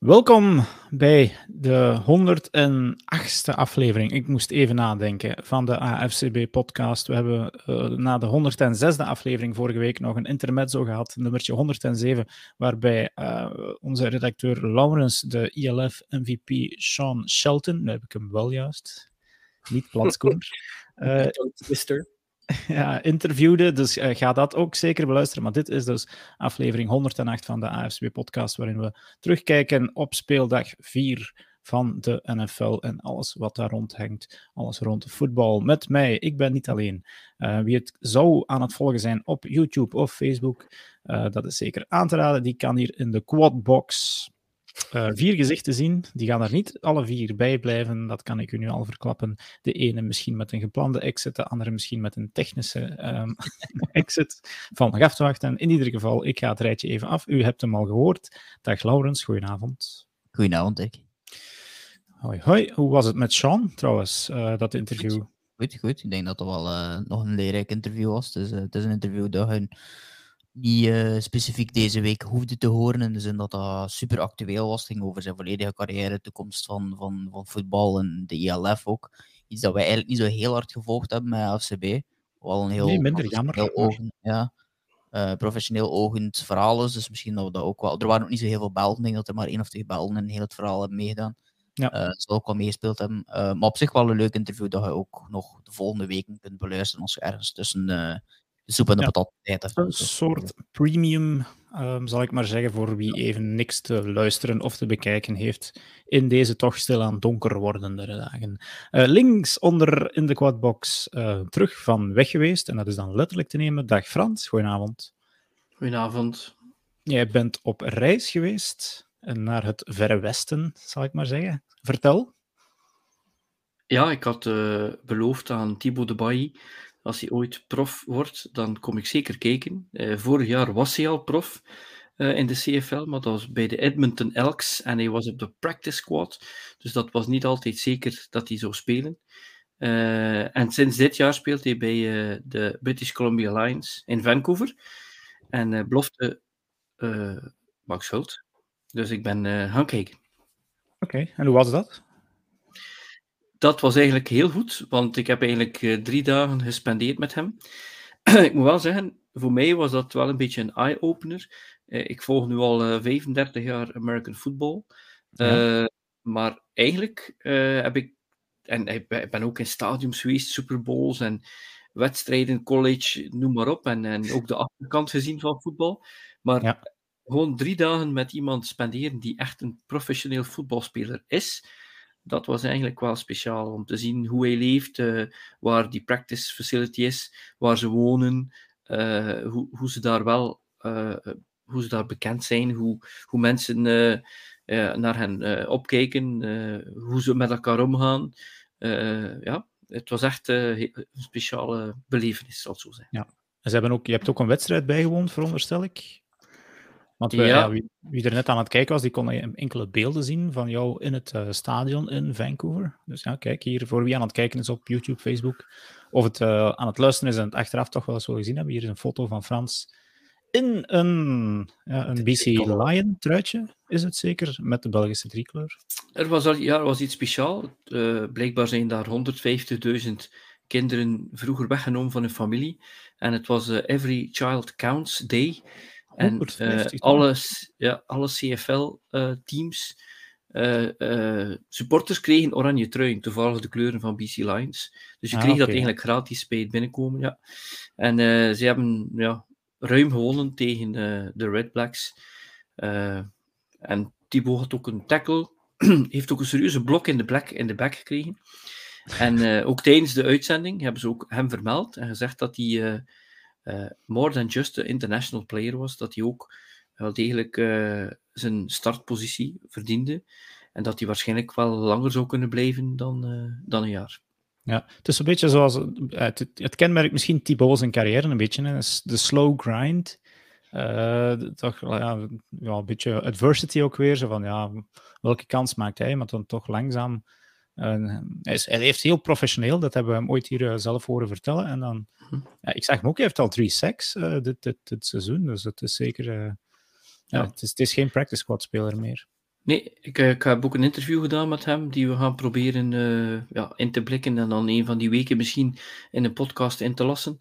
Welkom bij de 108e aflevering. Ik moest even nadenken van de AFCB-podcast. We hebben na de 106e aflevering vorige week nog een intermezzo gehad, nummertje 107, waarbij onze redacteur Laurens de ILF-MVP Sean Shelton, nu heb ik hem wel juist, niet Platskoer, Twister. ja, interviewde. Dus ga dat ook zeker beluisteren. Maar dit is dus aflevering 108 van de AFCB-podcast, waarin we terugkijken op speeldag 4 van de NFL en alles wat daar rond hangt. Alles rond voetbal. Met mij, ik ben niet alleen. Wie het zou aan het volgen zijn op YouTube of Facebook, dat is zeker aan te raden. Die kan hier in de quadbox 4 gezichten zien. Die gaan er niet alle 4 bij blijven, dat kan ik u nu al verklappen. De ene misschien met een geplande exit, de andere misschien met een technische exit. Valt nog af te wachten. In ieder geval, ik ga het rijtje even af. U hebt hem al gehoord. Dag Laurens, goedenavond. Goedenavond, Dick. Hoi, hoi. Hoe was het met Sean, trouwens, dat interview? Goed. Ik denk dat het wel nog een leerrijk interview was. Dus, het is een interview dat je niet specifiek deze week hoefde te horen. In de zin dat dat super actueel was. Het ging over zijn volledige carrière, de toekomst van voetbal en de ILF ook. Iets dat wij eigenlijk niet zo heel hard gevolgd hebben met AFCB. Wel een heel minder jammer. Professioneel ogend verhaal is. Dus misschien dat we dat ook wel... Er waren ook niet zo heel veel belden. Ik denk dat er maar 1 of 2 belden in heel het verhaal hebben meegedaan. Ja. Dat zal ook wel meegespeeld hebben. Maar op zich wel een leuk interview dat je ook nog de volgende weken kunt beluisteren als je ergens tussen de soep en de patat tijd hebt. Een soort premium, zal ik maar zeggen, voor wie even niks te luisteren of te bekijken heeft in deze toch stilaan donker wordende dagen. Links onder in de quadbox terug van weg geweest, en dat is dan letterlijk te nemen. Dag Frans, goedenavond. Goedenavond. Jij bent op reis geweest naar het Verre Westen, zal ik maar zeggen. Vertel. Ja, ik had beloofd aan Thibaut de Bailly, als hij ooit prof wordt, dan kom ik zeker kijken. Vorig jaar was hij al prof in de CFL, maar dat was bij de Edmonton Elks en hij was op de practice squad, dus dat was niet altijd zeker dat hij zou spelen. En sinds dit jaar speelt hij bij de British Columbia Lions in Vancouver en belofte Max Schult. Dus ik ben gaan kijken. Oké, en hoe was dat? Dat was eigenlijk heel goed, want ik heb eigenlijk 3 dagen gespendeerd met hem. Ik moet wel zeggen, voor mij was dat wel een beetje een eye-opener. Ik volg nu al 35 jaar American football. Maar eigenlijk heb ik... En ik ben ook in stadiums geweest, Super Bowls en wedstrijden, college, noem maar op. En ook de achterkant gezien van voetbal. Maar gewoon 3 dagen met iemand spenderen die echt een professioneel voetbalspeler is... Dat was eigenlijk wel speciaal om te zien hoe hij leeft, waar die practice facility is, waar ze wonen, hoe ze daar wel hoe ze daar bekend zijn, hoe mensen naar hen opkijken, hoe ze met elkaar omgaan. Ja, het was echt een speciale belevenis, zal ik zo zeggen. Ja. En je hebt ook een wedstrijd bijgewoond, veronderstel ik? Want wie er net aan het kijken was, die kon enkele beelden zien van jou in het stadion in Vancouver. Dus ja, kijk, hier voor wie aan het kijken is op YouTube, Facebook, of het aan het luisteren is en het achteraf toch wel eens wil gezien hebben. Hier is een foto van Frans in een BC Lion truitje, is het zeker, met de Belgische driekleur. Er was iets speciaals. Blijkbaar zijn daar 150.000 kinderen vroeger weggenomen van hun familie. En het was Every Child Counts Day. En alle CFL-teams, supporters kregen oranje truien, toevallig de kleuren van BC Lions. Dus je kreeg dat eigenlijk gratis bij het binnenkomen. Ja. En ze hebben ruim gewonnen tegen de Red Blacks. En Thibaut had ook een tackle, heeft ook een serieuze blok in de back gekregen. En ook tijdens de uitzending hebben ze ook hem vermeld en gezegd dat hij... more than just an international player was, dat hij ook wel degelijk zijn startpositie verdiende en dat hij waarschijnlijk wel langer zou kunnen blijven dan een jaar. Ja, het is een beetje zoals... Het kenmerkt misschien Thibaut zijn carrière een beetje, hè. De slow grind. Toch een beetje adversity ook weer. Zo van, welke kans maakt hij? Maar dan toch langzaam... hij leeft heel professioneel, dat hebben we hem ooit hier zelf horen vertellen. En dan, ik zag hem ook, hij heeft al 3 sacks dit seizoen, dus het is zeker... Het is geen practice squad speler meer. Nee, ik heb ook een interview gedaan met hem, die we gaan proberen in te blikken en dan een van die weken misschien in een podcast in te lassen.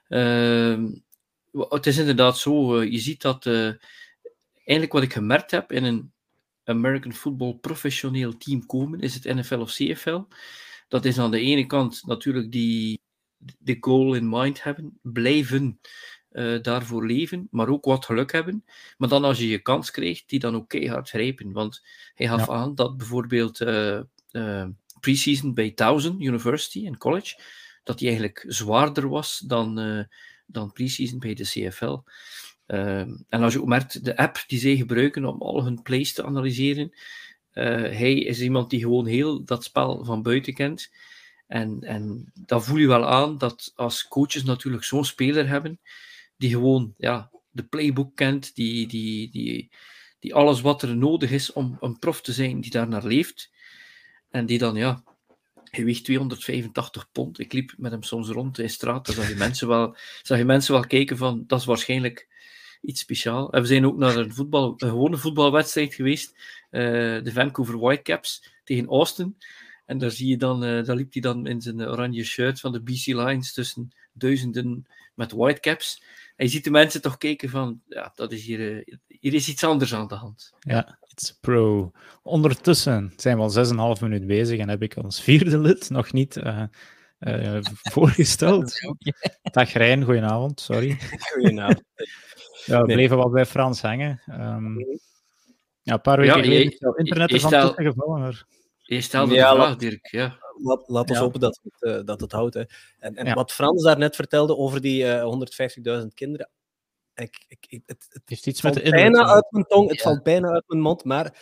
Het is inderdaad zo, je ziet dat eigenlijk wat ik gemerkt heb in een American football professioneel team komen, is het NFL of CFL. Dat is aan de ene kant natuurlijk de goal in mind hebben, blijven daarvoor leven, maar ook wat geluk hebben. Maar dan als je je kans krijgt, die dan ook keihard grijpen. Want hij gaf aan dat bijvoorbeeld preseason bij Towson University en college, dat die eigenlijk zwaarder was dan preseason bij de CFL. En als je ook merkt, de app die zij gebruiken om al hun plays te analyseren, hij is iemand die gewoon heel dat spel van buiten kent. En dan voel je wel aan dat als coaches natuurlijk zo'n speler hebben, die gewoon de playbook kent, die alles wat er nodig is om een prof te zijn, die daarnaar leeft. En die dan, hij weegt 285 pond. Ik liep met hem soms rond in de straat, dan zag je mensen wel kijken van, dat is waarschijnlijk iets speciaals. En we zijn ook naar een gewone voetbalwedstrijd geweest, de Vancouver Whitecaps tegen Austin. En daar zie je dan, daar liep hij dan in zijn oranje shirt van de BC Lions tussen duizenden met Whitecaps. En je ziet de mensen toch kijken van, dat is hier is iets anders aan de hand. Ja, it's pro. Ondertussen zijn we al 6,5 minuten bezig en heb ik ons vierde lid nog niet voorgesteld. Dag Rijn, goedenavond, sorry. Goedenavond. We bleven wat bij Frans hangen. Een paar weken geleden is het internet ervan tussen gevallen. Maar... Je stelde de vraag, Dirk. Laat ons hopen dat het houdt. Hè. En wat Frans daarnet vertelde over die 150.000 kinderen, het heeft iets valt met de bijna uit mijn tong, het valt bijna uit mijn mond, maar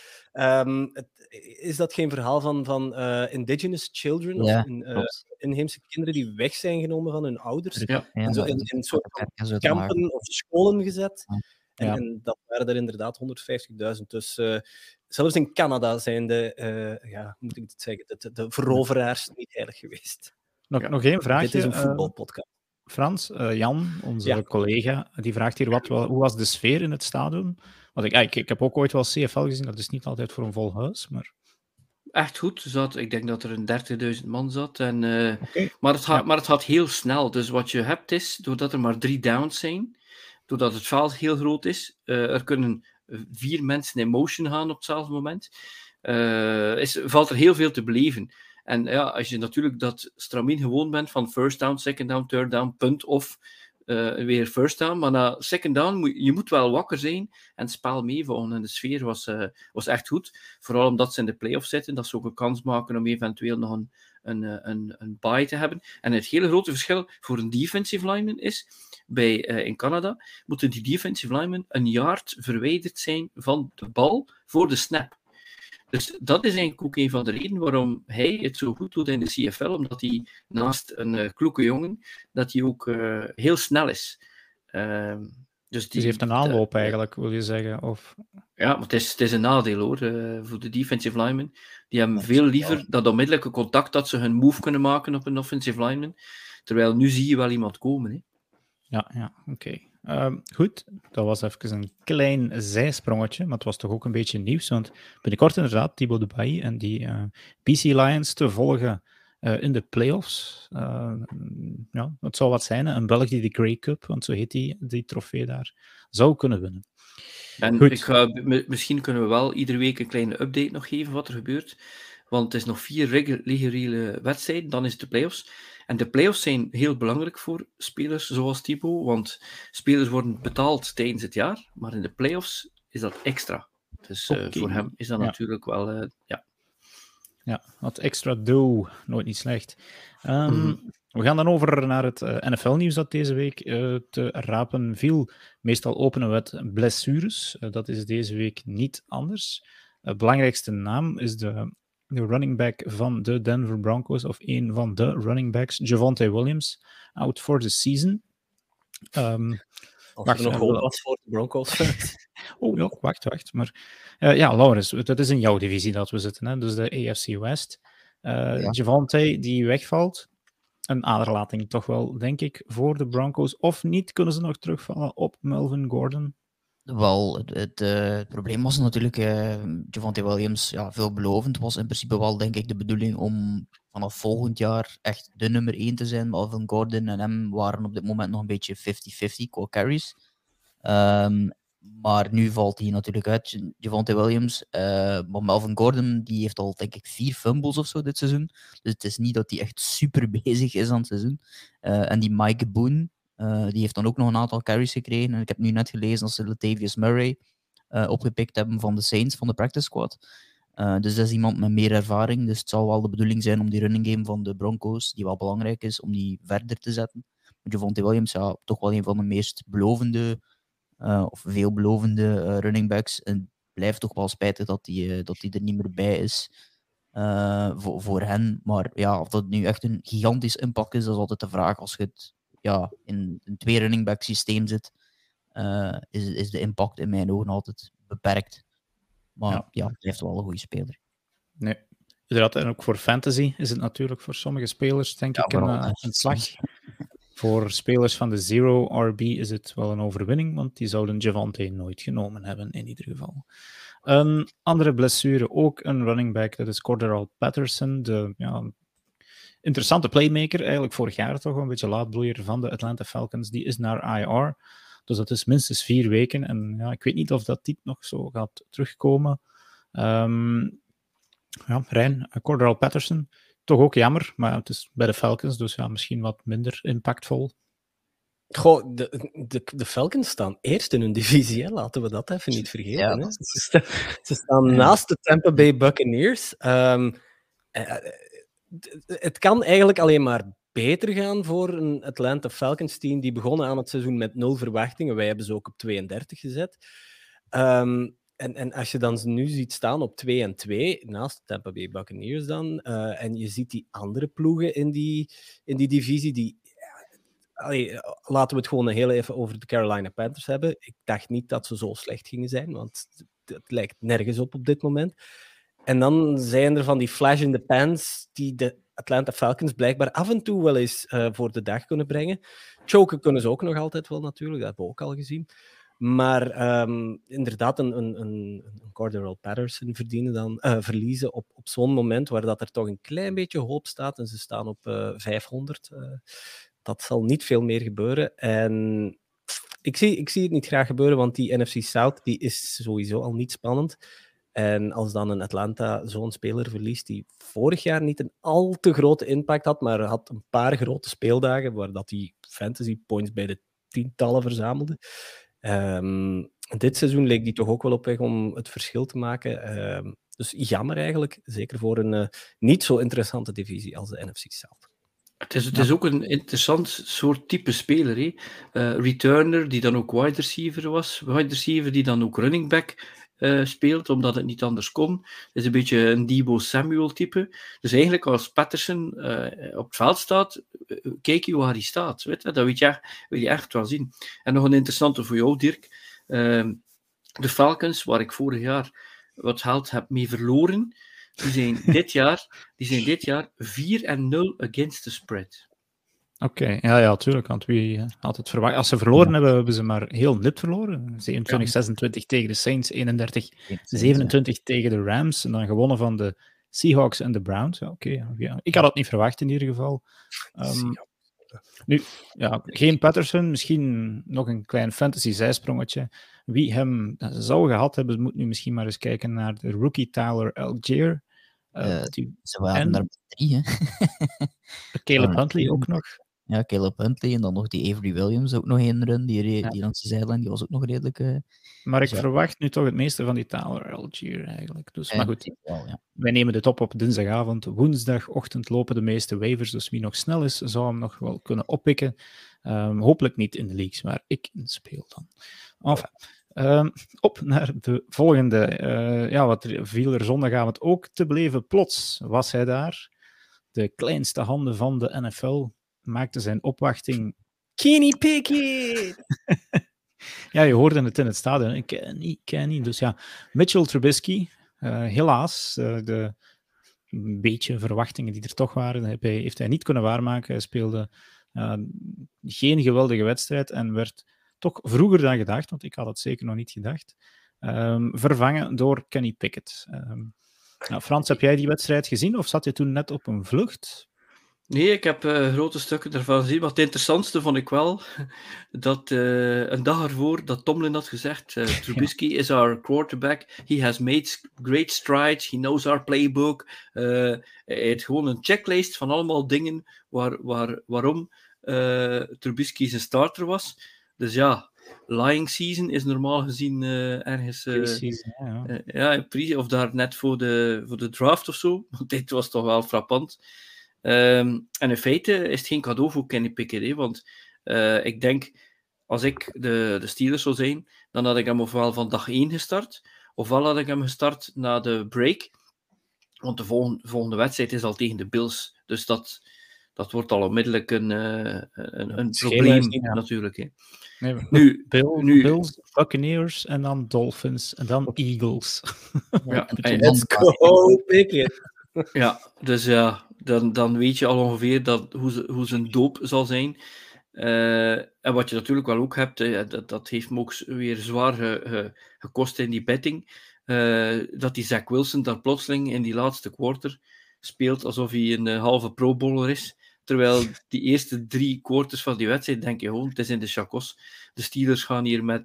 is dat geen verhaal van indigenous children, of inheemse kinderen die weg zijn genomen van hun ouders, en zo in soort van kampen of scholen gezet? En dat waren er inderdaad 150.000. Dus zelfs in Canada zijn hoe moet ik het zeggen, de veroveraars niet heilig geweest. Nog één vraagje. Dit is een voetbalpodcast. Frans, Jan, onze collega, die vraagt hier hoe was de sfeer in het stadion? Want ik heb ook ooit wel CFL gezien, dat is niet altijd voor een vol huis, maar... Echt goed. Ik denk dat er een 30.000 man zat. Maar het gaat heel snel. Dus wat je hebt is, doordat er maar 3 downs zijn, doordat het veld heel groot is, er kunnen 4 mensen in motion gaan op hetzelfde moment, valt er heel veel te beleven. En als je natuurlijk dat stramien gewoon bent van first down, second down, third down, punt of weer first down, maar na second down je moet wel wakker zijn en het spel meevolgen. En de sfeer was echt goed. Vooral omdat ze in de playoffs zitten, dat ze ook een kans maken om eventueel nog een bye te hebben. En het hele grote verschil voor een defensive lineman is, in Canada, moeten die defensive linemen een yard verwijderd zijn van de bal voor de snap. Dus dat is eigenlijk ook een van de redenen waarom hij het zo goed doet in de CFL, omdat hij naast een kloeke jongen, dat hij ook heel snel is. Dus hij heeft een aanloop eigenlijk, wil je zeggen? Of... Ja, maar het is een nadeel hoor, voor de defensive linemen. Die hebben veel liever dat onmiddellijke contact, dat ze hun move kunnen maken op een offensive lineman. Terwijl nu zie je wel iemand komen. Hè. Ja, oké. Goed, dat was even een klein zijsprongetje, maar het was toch ook een beetje nieuws, want binnenkort inderdaad Thibaut Dubaï en die BC Lions te volgen in de playoffs. Het zou wat zijn, een Belg die de Grey Cup, want zo heet die trofee daar, zou kunnen winnen. En misschien kunnen we wel iedere week een kleine update nog geven wat er gebeurt, want het is nog 4 reguliere wedstrijden, dan is het de playoffs. En de playoffs zijn heel belangrijk voor spelers zoals Thibaut, want spelers worden betaald tijdens het jaar, maar in de playoffs is dat extra. Dus voor hem is dat natuurlijk wel... Ja, wat extra dough, nooit niet slecht. We gaan dan over naar het NFL-nieuws dat deze week te rapen viel. Meestal openen we het blessures. Dat is deze week niet anders. De belangrijkste naam is de running back van de Denver Broncos, of een van de running backs, Javonte Williams, out for the season. Als er nog hoop was voor de Broncos. Wacht. Maar Laurens, het is in jouw divisie dat we zitten, hè? Dus de AFC West. Javonte die wegvalt. Een aderlating toch wel, denk ik, voor de Broncos. Of niet, kunnen ze nog terugvallen op Melvin Gordon? Wel, het probleem was natuurlijk, Javonte Williams, ja, veelbelovend, was in principe wel, denk ik, de bedoeling om vanaf volgend jaar echt de nummer 1 te zijn. Melvin Gordon en hem waren op dit moment nog een beetje 50-50 qua carries. Maar nu valt hij natuurlijk uit, Javonte Williams. Maar Melvin Gordon, die heeft al, denk ik, 4 fumbles of zo dit seizoen. Dus het is niet dat hij echt super bezig is aan het seizoen. En die Mike Boone, die heeft dan ook nog een aantal carries gekregen. En ik heb nu net gelezen dat ze Latavius Murray opgepikt hebben van de Saints, van de practice squad. Dus dat is iemand met meer ervaring. Dus het zal wel de bedoeling zijn om die running game van de Broncos, die wel belangrijk is, om die verder te zetten. Maar Javonte Williams, ja, toch wel een van de meest belovende of veelbelovende running backs. En het blijft toch wel spijtig dat hij er niet meer bij is voor hen. Maar ja, of dat nu echt een gigantisch impact is, dat is altijd de vraag. Als je het in een 2 running back systeem zit, is de impact in mijn ogen altijd beperkt. Maar ja, het blijft wel een goede speler. Nee. Inderdaad, en ook voor fantasy is het natuurlijk voor sommige spelers, denk ik, een slag. Voor spelers van de Zero RB is het wel een overwinning, want die zouden Javonte nooit genomen hebben, in ieder geval. Een andere blessure, ook een running back, dat is Cordarrelle Patterson, de interessante playmaker, eigenlijk vorig jaar toch een beetje laatbloeier van de Atlanta Falcons. Die is naar IR, dus dat is minstens 4 weken. En ja, ik weet niet of dat nog zo gaat terugkomen. Rijn, Cordarrelle Patterson, toch ook jammer, maar het is bij de Falcons, dus ja, misschien wat minder impactvol. Goh, de Falcons staan eerst in hun divisie, hè. Laten we dat even niet vergeten. Ja, hè. Ze staan naast de Tampa Bay Buccaneers. Het kan eigenlijk alleen maar beter gaan voor een Atlanta Falcons team die begonnen aan het seizoen met 0 verwachtingen. Wij hebben ze ook op 32 gezet. En als je dan nu ziet staan op 2-2, naast de Tampa Bay Buccaneers dan, en je ziet die andere ploegen in die divisie, die... laten we het gewoon heel even over de Carolina Panthers hebben. Ik dacht niet dat ze zo slecht gingen zijn, want het lijkt nergens op dit moment. En dan zijn er van die flash in the pans die de Atlanta Falcons blijkbaar af en toe wel eens voor de dag kunnen brengen. Choken kunnen ze ook nog altijd wel natuurlijk, dat hebben we ook al gezien. Maar inderdaad, een Cordarrelle Patterson verliezen op zo'n moment waar dat er toch een klein beetje hoop staat en ze staan op 500. Dat zal niet veel meer gebeuren. En ik zie het niet graag gebeuren, want die NFC South die is sowieso al niet spannend. En als dan een Atlanta zo'n speler verliest die vorig jaar niet een al te grote impact had, maar had een paar grote speeldagen waar dat die fantasy points bij de tientallen verzamelde. Dit seizoen leek die toch ook wel op weg om het verschil te maken. Dus jammer eigenlijk, zeker voor een niet zo interessante divisie als de NFC South. Het is ook een interessant soort type speler. Returner, die dan ook wide receiver was. Wide receiver die dan ook running back speelt, omdat het niet anders kon. Het is een beetje een Deebo Samuel type. Dus eigenlijk als Patterson op het veld staat, kijk je waar hij staat. Weet je? Dat wil je echt wel zien. En nog een interessante voor jou, Dirk. De Falcons, waar ik vorig jaar wat geld heb mee verloren, die zijn dit jaar 4-0 against the spread. Oké, ja, tuurlijk. Want wie had het verwacht? Als ze verloren hebben ze maar heel nipt verloren. 27-26 tegen de Saints, 31-27 tegen de Rams. En dan gewonnen van de Seahawks en de Browns. Ja. Ik had het niet verwacht in ieder geval. Nu, geen Patterson. Misschien nog een klein fantasy zijsprongetje. Wie hem zou gehad hebben, moet nu misschien maar eens kijken naar de rookie Tyler Algier. Ze waren er 3, hè? Caleb Huntley ook nog. Ja, Caleb Huntley en dan nog die Avery Williams, ook nog één run, die langs de zijlijn, die was ook nog redelijk... maar ik verwacht nu toch het meeste van die Tyler Algier eigenlijk. Dus, maar goed, wij nemen dit op dinsdagavond. Woensdagochtend lopen de meeste waivers, dus wie nog snel is, zou hem nog wel kunnen oppikken. Hopelijk niet in de leagues, maar ik speel dan. Enfin, op naar de volgende. Wat viel er zondagavond ook te beleven. Plots was hij daar. De kleinste handen van de NFL maakte zijn opwachting. Kenny Pickett! Ja, je hoorde het in het stadion. Kenny. Dus ja, Mitchell Trubisky. Helaas, de beetje verwachtingen die er toch waren, heeft hij niet kunnen waarmaken. Hij speelde geen geweldige wedstrijd en werd toch vroeger dan gedacht, want ik had het zeker nog niet gedacht, vervangen door Kenny Pickett. Nou, Frans, heb jij die wedstrijd gezien of zat je toen net op een vlucht? Nee, ik heb grote stukken ervan gezien. Maar het interessantste vond ik wel dat een dag ervoor dat Tomlin had gezegd: Trubisky is our quarterback. He has made great strides. He knows our playbook. Hij heeft gewoon een checklist van allemaal dingen waarom Trubisky zijn starter was. Dus ja, lying season is normaal gezien ergens... of daar net voor de draft of zo. Want dit was toch wel frappant. En in feite is het geen cadeau voor Kenny Pickett, want ik denk, als ik de Steelers zou zijn, dan had ik hem ofwel van dag 1 gestart, ofwel had ik hem gestart na de break, want de volgende wedstrijd is al tegen de Bills, dus dat wordt al onmiddellijk een probleem natuurlijk. Hè. Nee, Bills, Buccaneers en dan Dolphins en dan Eagles. Let's go, Pickett! Ja, dus ja, dan weet je al ongeveer hoe zijn doop zal zijn. En wat je natuurlijk wel ook hebt, dat heeft me ook weer zwaar gekost in die betting, dat die Zach Wilson daar plotseling in die laatste quarter speelt alsof hij een halve pro-bowler is. Terwijl die eerste 3 quarters van die wedstrijd denk je gewoon, het is in de chacos. De Steelers gaan hier met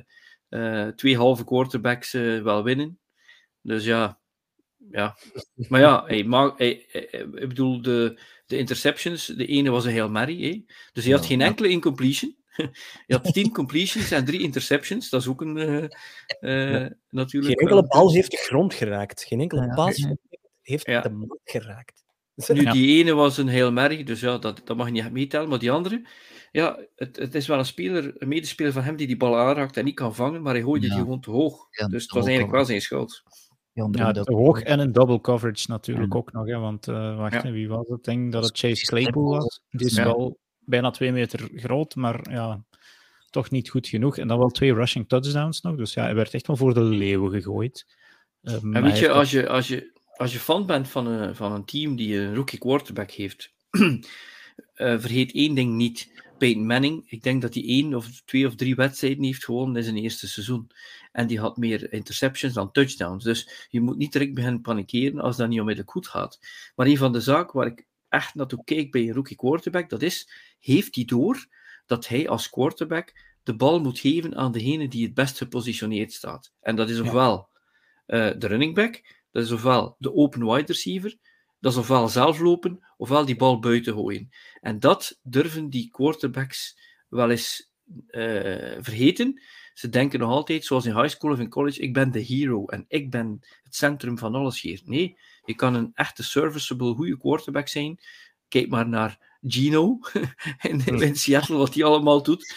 2 halve quarterbacks wel winnen. Dus ja. Maar ja, ik bedoel, de interceptions, de ene was een Hail Mary, dus hij had geen enkele incompletion. Je had 10 completions en 3 interceptions, dat is ook een natuurlijk... Geen enkele bal heeft de grond geraakt, geen enkele paas heeft de mat geraakt. Nu, die ene was een Hail Mary, dus ja, dat mag je niet meetellen, maar die andere, ja, het is wel een medespeler van hem die bal aanraakt en niet kan vangen, maar hij gooide die gewoon te hoog. Dus het was eigenlijk wel zijn schuld. Ja, te hoog en een double coverage natuurlijk ook nog. Hè, want wie was het? Ik denk dat het Chase Claypool was. Die is wel bijna 2 meter groot, maar ja, toch niet goed genoeg. En dan wel 2 rushing touchdowns nog. Dus ja, hij werd echt wel voor de leeuwen gegooid. En weet je, als je fan bent van een team die een rookie quarterback heeft, vergeet 1 ding niet. Peyton Manning, ik denk dat hij 1 of 2 of 3 wedstrijden heeft gewonnen in zijn eerste seizoen. En die had meer interceptions dan touchdowns. Dus je moet niet direct beginnen panikeren als dat niet onmiddellijk goed gaat. Maar een van de zaken waar ik echt naartoe keek bij een rookie quarterback, dat is, heeft hij door dat hij als quarterback de bal moet geven aan degene die het best gepositioneerd staat. En dat is ofwel de running back, dat is ofwel de open wide receiver, dat is ofwel zelf lopen, ofwel die bal buiten gooien. En dat durven die quarterbacks wel eens vergeten. Ze denken nog altijd, zoals in high school of in college, ik ben de hero en ik ben het centrum van alles hier. Nee, je kan een echte serviceable, goede quarterback zijn. Kijk maar naar Gino in Seattle, wat hij allemaal doet.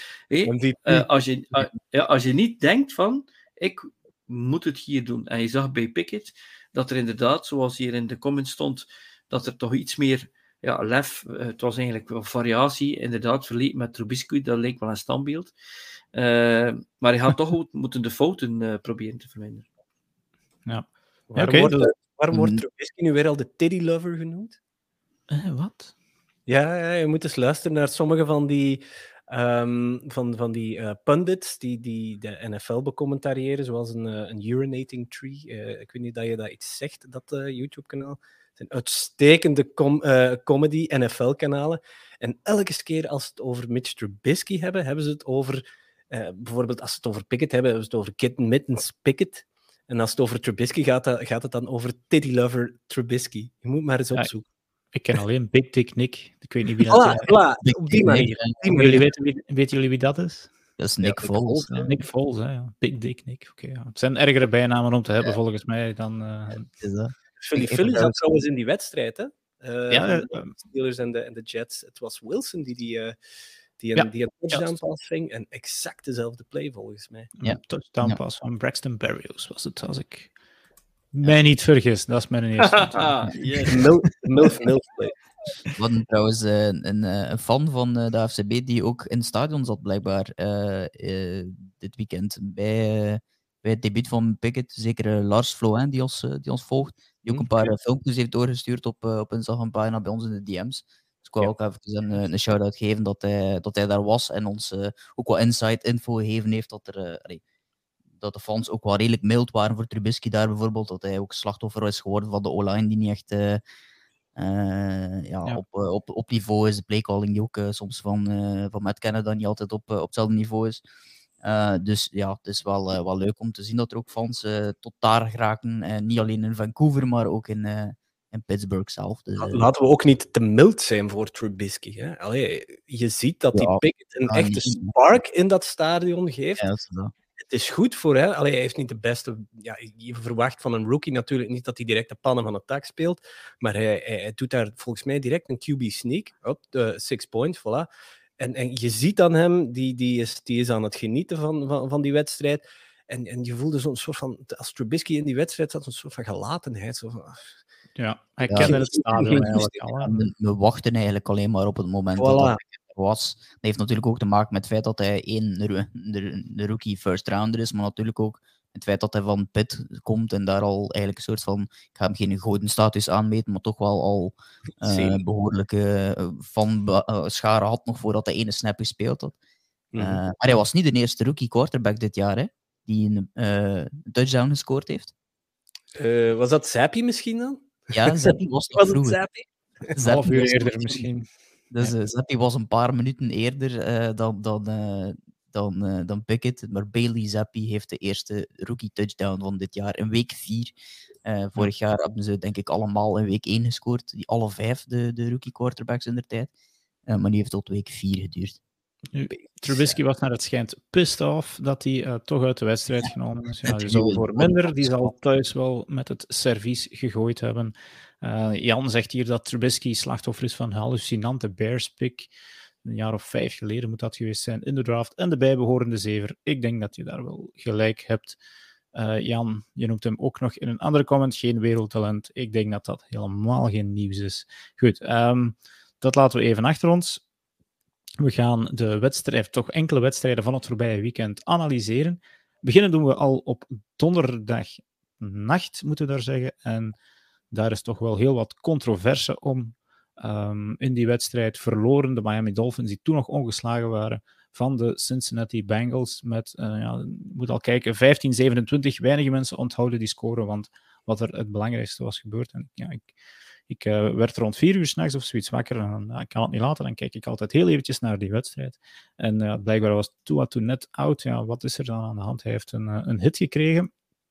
Als je niet denkt van, ik moet het hier doen. En je zag bij Pickett dat er inderdaad, zoals hier in de comments stond, dat er toch iets meer lef, het was eigenlijk wel variatie, inderdaad, vergeleken met Trubisky, dat leek wel een standbeeld. Maar hij had toch goed moeten de fouten proberen te verminderen. Ja. Waarom wordt Trubisky nu weer al de Teddy Lover genoemd? Wat? Ja, je moet eens luisteren naar sommige van die pundits die de NFL becommentariëren, zoals een urinating tree. Ik weet niet dat je dat iets zegt, dat YouTube-kanaal. Het zijn uitstekende comedy NFL-kanalen. En elke keer als ze het over Mitch Trubisky hebben ze het over... bijvoorbeeld als ze het over Pickett hebben ze het over Kid Mittens Pickett. En als het over Trubisky gaat het dan over Teddy Lover Trubisky. Je moet maar eens opzoeken. Ik ken alleen Big Dick Nick. Ik weet niet wie dat is. Op die manier. Weten jullie wie dat is? Dat is Nick Foles. Nick Foles, hè. Ja. Big Dick Nick. Okay, ja. Het zijn ergere bijnamen om te hebben, volgens mij, dan... Philly zat trouwens in die wedstrijd, hè? De Steelers en de Jets. Het was Wilson die een touchdown pass ving en exact dezelfde play, volgens mij. Ja, touchdown pass van Braxton Berrios was het, als ik mij niet vergis. Dat is mijn eerste. Milf play. We hadden trouwens een fan van de AFCB die ook in het stadion zat, blijkbaar, dit weekend. Bij het debuut van Pickett, zeker Lars Floin, die ons volgt, die ook een paar filmpjes heeft doorgestuurd op Instagram-pagina bij ons in de DM's. Dus ik wil ook even een shout-out geven dat hij daar was en ons ook wat inside info gegeven heeft dat de fans ook wel redelijk mild waren voor Trubisky daar bijvoorbeeld. Dat hij ook slachtoffer is geworden van de O-line die niet echt op niveau is. De playcalling die ook soms van Matt Canada niet altijd op hetzelfde niveau is. Dus ja, het is wel leuk om te zien dat er ook fans tot daar geraken. Niet alleen in Vancouver, maar ook in Pittsburgh zelf. Dus, laten we ook niet te mild zijn voor Trubisky. Hè? Allee, je ziet dat die Pickett een echte spark in dat stadion geeft. Ja, dat is dat. Het is goed voor hem. Allee, hij heeft niet de beste... Ja, je verwacht van een rookie natuurlijk niet dat hij direct de pannen van het tak speelt. Maar hij doet daar volgens mij direct een QB sneak op de 6 point. Voilà. En je ziet aan hem, die is aan het genieten van die wedstrijd. En je voelde zo'n soort van... Als Trubisky in die wedstrijd zat, een soort van gelatenheid. Zo van, ja, hij kende het stadion eigenlijk al. We wachten eigenlijk alleen maar op het moment dat hij was. Dat heeft natuurlijk ook te maken met het feit dat hij de rookie first rounder is, maar natuurlijk ook het feit dat hij van Pitt komt en daar al eigenlijk een soort van, ik ga hem geen gouden status aanmeten, maar toch wel al behoorlijke scharen had nog voordat hij ene snap gespeeld had. Maar hij was niet de eerste rookie quarterback dit jaar, hè, die een touchdown gescoord heeft. Was dat Zappi misschien dan? Ja, Zappi was nog vroeger. Een half uur eerder misschien. Dus Zappi was een paar minuten eerder dan Pickett. Maar Bailey Zappi heeft de eerste rookie touchdown van dit jaar in week 4. Vorig jaar hebben ze denk ik allemaal in week 1 gescoord. Alle 5 de rookie quarterbacks in der tijd. Maar die heeft tot week 4 geduurd. Trubisky was naar het schijnt pissed off dat hij toch uit de wedstrijd genomen is. Ja, die zal voor minder, die zal thuis wel met het servies gegooid hebben. Jan zegt hier dat Trubisky slachtoffer is van een hallucinante Bears-pick. Een jaar of 5 geleden moet dat geweest zijn in de draft en de bijbehorende zever. Ik denk dat je daar wel gelijk hebt. Jan, je noemt hem ook nog in een andere comment geen wereldtalent. Ik denk dat dat helemaal geen nieuws is. Goed, dat laten we even achter ons. We gaan toch enkele wedstrijden van het voorbije weekend analyseren. Beginnen doen we al op donderdagnacht, moeten we daar zeggen. En daar is toch wel heel wat controverse om. In die wedstrijd verloren de Miami Dolphins, die toen nog ongeslagen waren, van de Cincinnati Bengals. Met, moet al kijken, 15-27. Weinige mensen onthouden die score, want wat er het belangrijkste was gebeurd. En ja, ik werd rond 4 uur 's nachts of zoiets wakker en ik kan het niet laten. Dan kijk ik altijd heel eventjes naar die wedstrijd. En blijkbaar was Tua toen net out. Ja, wat is er dan aan de hand? Hij heeft een hit gekregen.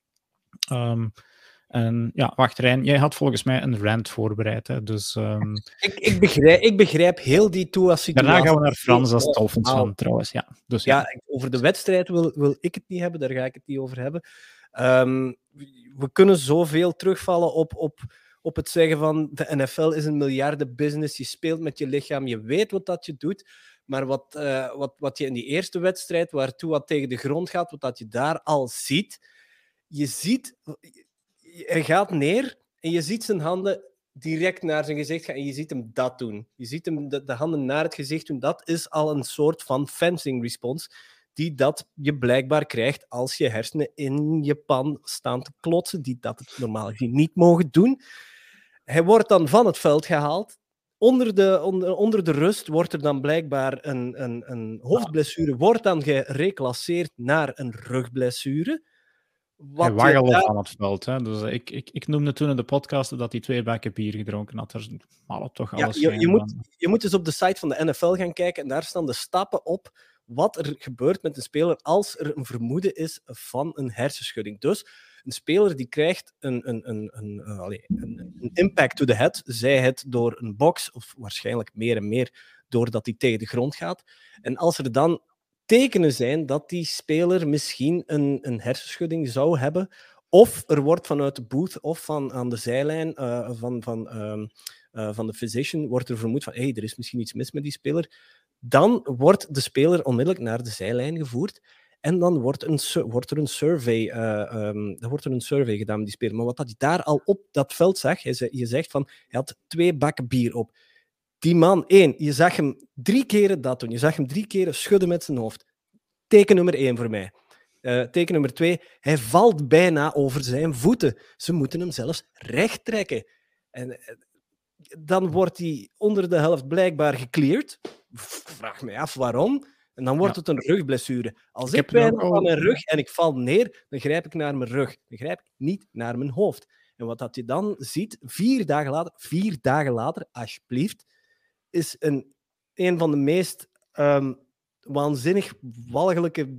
En ja, wacht Rijn, jij had volgens mij een rant voorbereid. Hè? Dus, ik begrijp heel die Tua-situatie. Daarna gaan we naar Frans als Dolphins van trouwens. Ja, dus, ja, over de wedstrijd wil ik het niet hebben, daar ga ik het niet over hebben. We kunnen zoveel terugvallen op het zeggen van de NFL is een miljardenbusiness, je speelt met je lichaam, je weet wat dat je doet. Maar wat je in die eerste wedstrijd, waar Tua tegen de grond gaat, wat dat je daar al ziet, hij gaat neer en je ziet zijn handen direct naar zijn gezicht gaan en je ziet hem dat doen. Je ziet hem de handen naar het gezicht doen. Dat is al een soort van fencing response die dat je blijkbaar krijgt als je hersenen in je pan staan te klotsen, die dat het normaal gezien niet mogen doen. Hij wordt dan van het veld gehaald. Onder de rust wordt er dan blijkbaar een hoofdblessure, wordt dan gereclasseerd naar een rugblessure. Hij waggelde van het veld. Hè? Dus ik noemde toen in de podcast dat hij 2 bekken bier gedronken had. Maar toch alles je moet dus op de site van de NFL gaan kijken en daar staan de stappen op wat er gebeurt met een speler als er een vermoeden is van een hersenschudding. Dus een speler die krijgt een impact to the head, zij het door een box, of waarschijnlijk meer en meer doordat hij tegen de grond gaat. En als er dan tekenen zijn dat die speler misschien een hersenschudding zou hebben, of er wordt vanuit de booth of van aan de zijlijn van de physician wordt er vermoed van er is misschien iets mis met die speler, dan wordt de speler onmiddellijk naar de zijlijn gevoerd en dan wordt er een survey gedaan met die speler. Maar wat dat je daar al op dat veld zag, je zegt van hij had 2 bakken bier op. Die man, je zag hem 3 keren dat doen. Je zag hem 3 keren schudden met zijn hoofd. Teken nummer 1 voor mij. Teken nummer 2, hij valt bijna over zijn voeten. Ze moeten hem zelfs recht trekken. En Dan wordt hij onder de helft blijkbaar gecleared. Vraag mij af waarom. En dan wordt het een rugblessure. Als ik pijn heb aan mijn rug en ik val neer, dan grijp ik naar mijn rug. Dan grijp ik niet naar mijn hoofd. En wat dat je dan ziet, 4 dagen later, alsjeblieft, is een van de meest waanzinnig walgelijke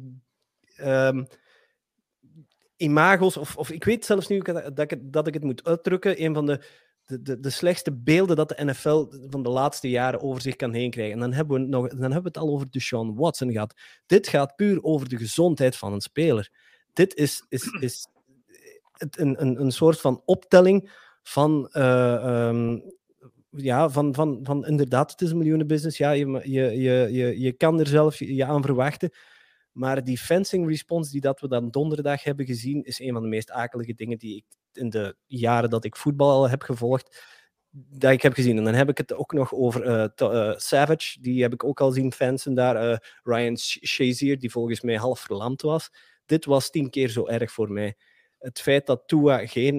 imago's, of ik weet zelfs niet dat ik het moet uitdrukken, een van de slechtste beelden dat de NFL van de laatste jaren over zich kan heen krijgen. En dan hebben we het al over Deshaun Watson gehad. Dit gaat puur over de gezondheid van een speler. Dit is een soort van optelling van inderdaad, het is een miljoenenbusiness. Ja, je kan er zelf je aan verwachten. Maar die fencing response die dat we dan donderdag hebben gezien, is een van de meest akelige dingen die ik in de jaren dat ik voetbal al heb gevolgd, dat ik heb gezien. En dan heb ik het ook nog over Savage, die heb ik ook al zien fencen daar. Ryan Shazier, die volgens mij half verlamd was. Dit was 10 keer zo erg voor mij. Het feit dat Tua geen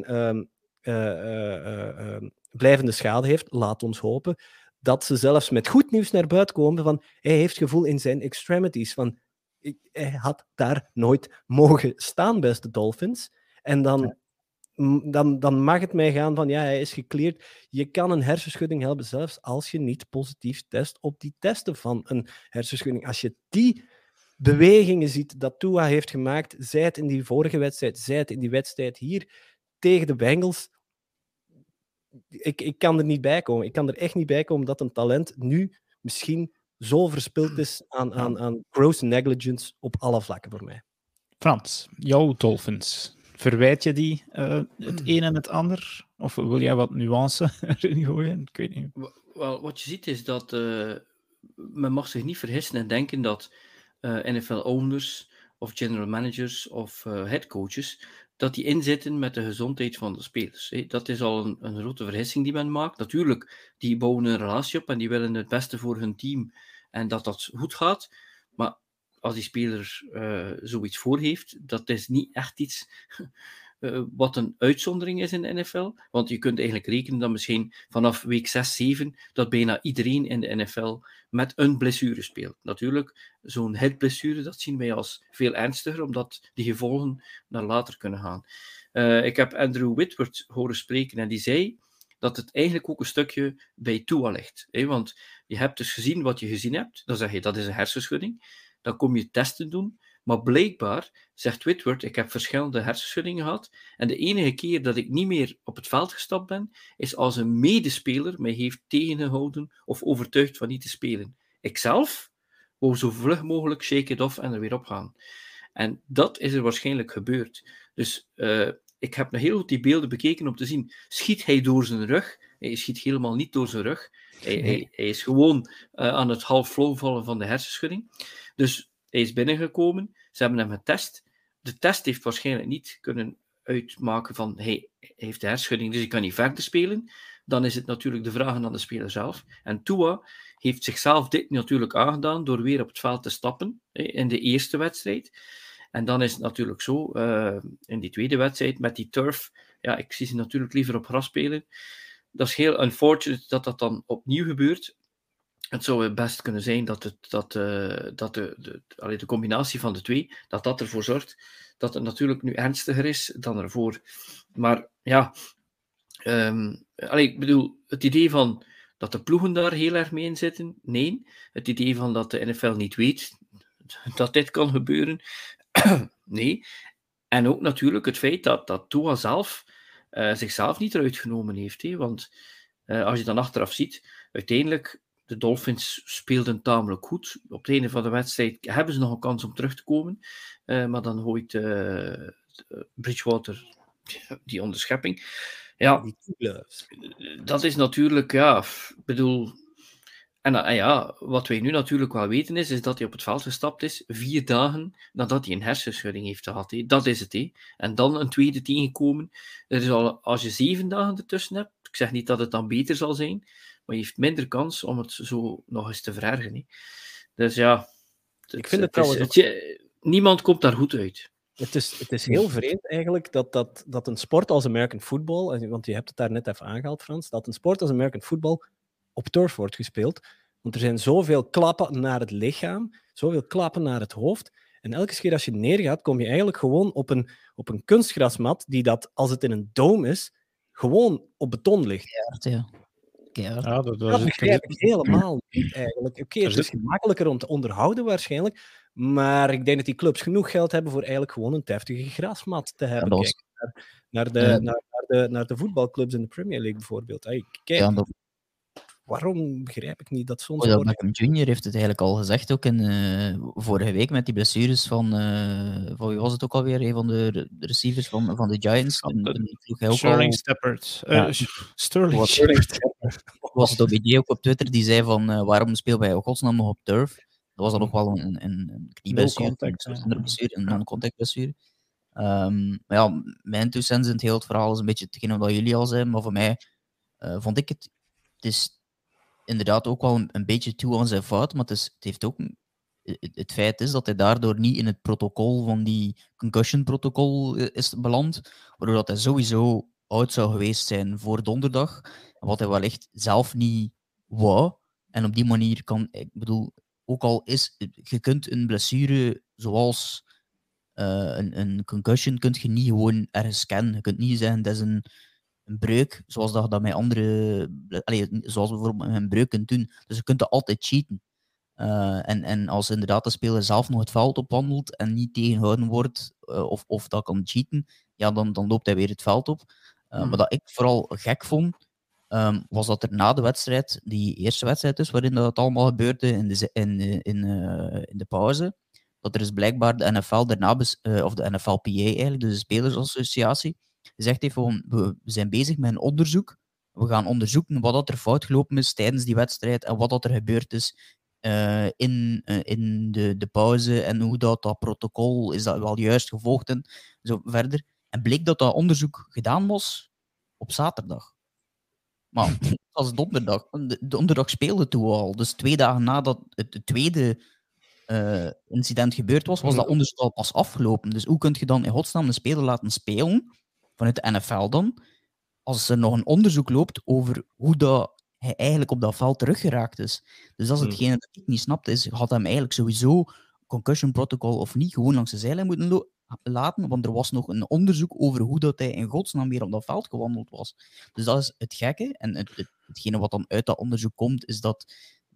blijvende schade heeft, laat ons hopen dat ze zelfs met goed nieuws naar buiten komen van hij heeft gevoel in zijn extremities, van hij had daar nooit mogen staan, beste Dolphins. En dan mag het mij gaan van, ja, hij is gecleared. Je kan een hersenschudding hebben, zelfs als je niet positief test op die testen van een hersenschudding. Als je die bewegingen ziet dat Tua heeft gemaakt, zij het in die vorige wedstrijd, zij het in die wedstrijd hier tegen de Bengals, ik kan er niet bij komen. Ik kan er echt niet bij komen dat een talent nu misschien zo verspild is aan gross negligence op alle vlakken voor mij. Frans, jouw Dolphins, verwijt je die het een en het ander? Of wil jij wat nuance erin gooien? Ik weet niet. Wel, wat je ziet is dat men mag zich niet vergissen en denken dat NFL-owners of general managers of headcoaches, dat die inzitten met de gezondheid van de spelers. Dat is al een grote vergissing die men maakt. Natuurlijk, die bouwen een relatie op en die willen het beste voor hun team en dat goed gaat. Maar als die speler zoiets voor heeft, dat is niet echt iets wat een uitzondering is in de NFL. Want je kunt eigenlijk rekenen dat misschien vanaf week 6, 7, dat bijna iedereen in de NFL met een blessure speelt. Natuurlijk, zo'n headblessure, dat zien wij als veel ernstiger, omdat die gevolgen naar later kunnen gaan. Ik heb Andrew Whitworth horen spreken en die zei dat het eigenlijk ook een stukje bij Tua ligt. Want je hebt dus gezien wat je gezien hebt, dan zeg je dat is een hersenschudding. Dan kom je testen doen. Maar blijkbaar, zegt Whitworth, ik heb verschillende hersenschuddingen gehad en de enige keer dat ik niet meer op het veld gestapt ben, is als een medespeler mij heeft tegengehouden of overtuigd van niet te spelen. Ikzelf wou zo vlug mogelijk shake it off en er weer op gaan. En dat is er waarschijnlijk gebeurd. Dus ik heb nog heel goed die beelden bekeken om te zien, schiet hij door zijn rug? Hij schiet helemaal niet door zijn rug. Hij is gewoon aan het half flow vallen van de hersenschudding. Dus hij is binnengekomen, ze hebben hem getest. De test heeft waarschijnlijk niet kunnen uitmaken van hij heeft de hersenschudding, dus hij kan niet verder spelen. Dan is het natuurlijk de vraag aan de speler zelf. En Tua heeft zichzelf dit natuurlijk aangedaan door weer op het veld te stappen in de eerste wedstrijd. En dan is het natuurlijk zo, in die tweede wedstrijd met die turf, ja, ik zie ze natuurlijk liever op gras spelen. Dat is heel unfortunate dat dat dan opnieuw gebeurt. Het zou best kunnen zijn dat de combinatie van de twee, dat ervoor zorgt dat het natuurlijk nu ernstiger is dan ervoor. Maar ja, ik bedoel, het idee van dat de ploegen daar heel erg mee in zitten, nee. Het idee van dat de NFL niet weet dat dit kan gebeuren, nee. En ook natuurlijk het feit dat Tua zelf zichzelf niet eruit genomen heeft. Want als je dan achteraf ziet, uiteindelijk de Dolphins speelden tamelijk goed. Op het einde van de wedstrijd hebben ze nog een kans om terug te komen. Maar dan gooit Bridgewater die onderschepping. Ja, dat is natuurlijk, ja, bedoel... En wat wij nu natuurlijk wel weten is dat hij op het veld gestapt is 4 dagen nadat hij een hersenschudding heeft gehad. Dat is het. En dan een tweede tegenkomen. Er is al, als je 7 dagen ertussen hebt, ik zeg niet dat het dan beter zal zijn, maar je heeft minder kans om het zo nog eens te verergen. Dus ja, ik vind het niemand komt daar goed uit. Het is heel vreemd eigenlijk dat een sport als American football, want je hebt het daar net even aangehaald, Frans, dat een sport als American football op turf wordt gespeeld. Want er zijn zoveel klappen naar het lichaam, zoveel klappen naar het hoofd. En elke keer als je neergaat, kom je eigenlijk gewoon op een kunstgrasmat die dat, als het in een dome is, gewoon op beton ligt. Ja, dat begrijp ik helemaal niet eigenlijk. Oké, het is gemakkelijker om te onderhouden waarschijnlijk, maar ik denk dat die clubs genoeg geld hebben voor eigenlijk gewoon een deftige grasmat te hebben. Kijk naar de voetbalclubs in de Premier League bijvoorbeeld. Waarom begrijp ik niet dat zo'n sport... Beckham Jr. heeft het eigenlijk al gezegd, ook vorige week met die blessures van wie was het ook alweer? Een van de receivers van de Giants. Sterling Shepard. Sterling Shepard. Was het OBJ ook op Twitter, die zei van waarom spelen wij godsnaam nog op turf? Dat was dan nog wel een knieblessure, een non-contact blessure. Maar ja, mijn 2 cents in het hele verhaal is een beetje hetgeen wat jullie al zeiden, maar voor mij vond ik het is inderdaad ook wel een beetje toe aan zijn fout, maar het heeft ook... Het feit is dat hij daardoor niet in het protocol van die concussion-protocol is beland, waardoor dat hij sowieso oud zou geweest zijn voor donderdag, wat hij wellicht zelf niet wou. En op die manier kan... Ik bedoel, ook al is... Je kunt een blessure zoals een concussion kun je niet gewoon ergens scannen. Je kunt niet zeggen, dat is een breuk, zoals dat met andere... zoals we bijvoorbeeld met een breuk kunt doen. Dus je kunt dat altijd cheaten. En als inderdaad de speler zelf nog het veld opwandelt en niet tegengehouden wordt, of dat kan cheaten, ja, dan loopt hij weer het veld op. Maar dat ik vooral gek vond, was dat er na de wedstrijd, die eerste wedstrijd dus, waarin dat allemaal gebeurde in de pauze, dat er is blijkbaar de NFL daarna, of de NFLPA eigenlijk, dus de Spelersassociatie, gezegd heeft van, we zijn bezig met een onderzoek. We gaan onderzoeken wat dat er fout gelopen is tijdens die wedstrijd en wat dat er gebeurd is in de pauze en hoe dat protocol is dat wel juist gevolgd en zo verder. En bleek dat onderzoek gedaan was op zaterdag. Maar het was donderdag. Donderdag speelde toen al. Dus 2 dagen nadat het tweede incident gebeurd was dat onderzoek al pas afgelopen. Dus hoe kun je dan in godsnaam een speler laten spelen, vanuit de NFL dan, als er nog een onderzoek loopt over hoe dat hij eigenlijk op dat veld teruggeraakt is. Dus dat is hetgene dat ik niet snapte, is had hem eigenlijk sowieso concussion protocol of niet gewoon langs de zijlijn moeten laten, want er was nog een onderzoek over hoe dat hij in godsnaam weer op dat veld gewandeld was. Dus dat is het gekke. En hetgene wat dan uit dat onderzoek komt, is dat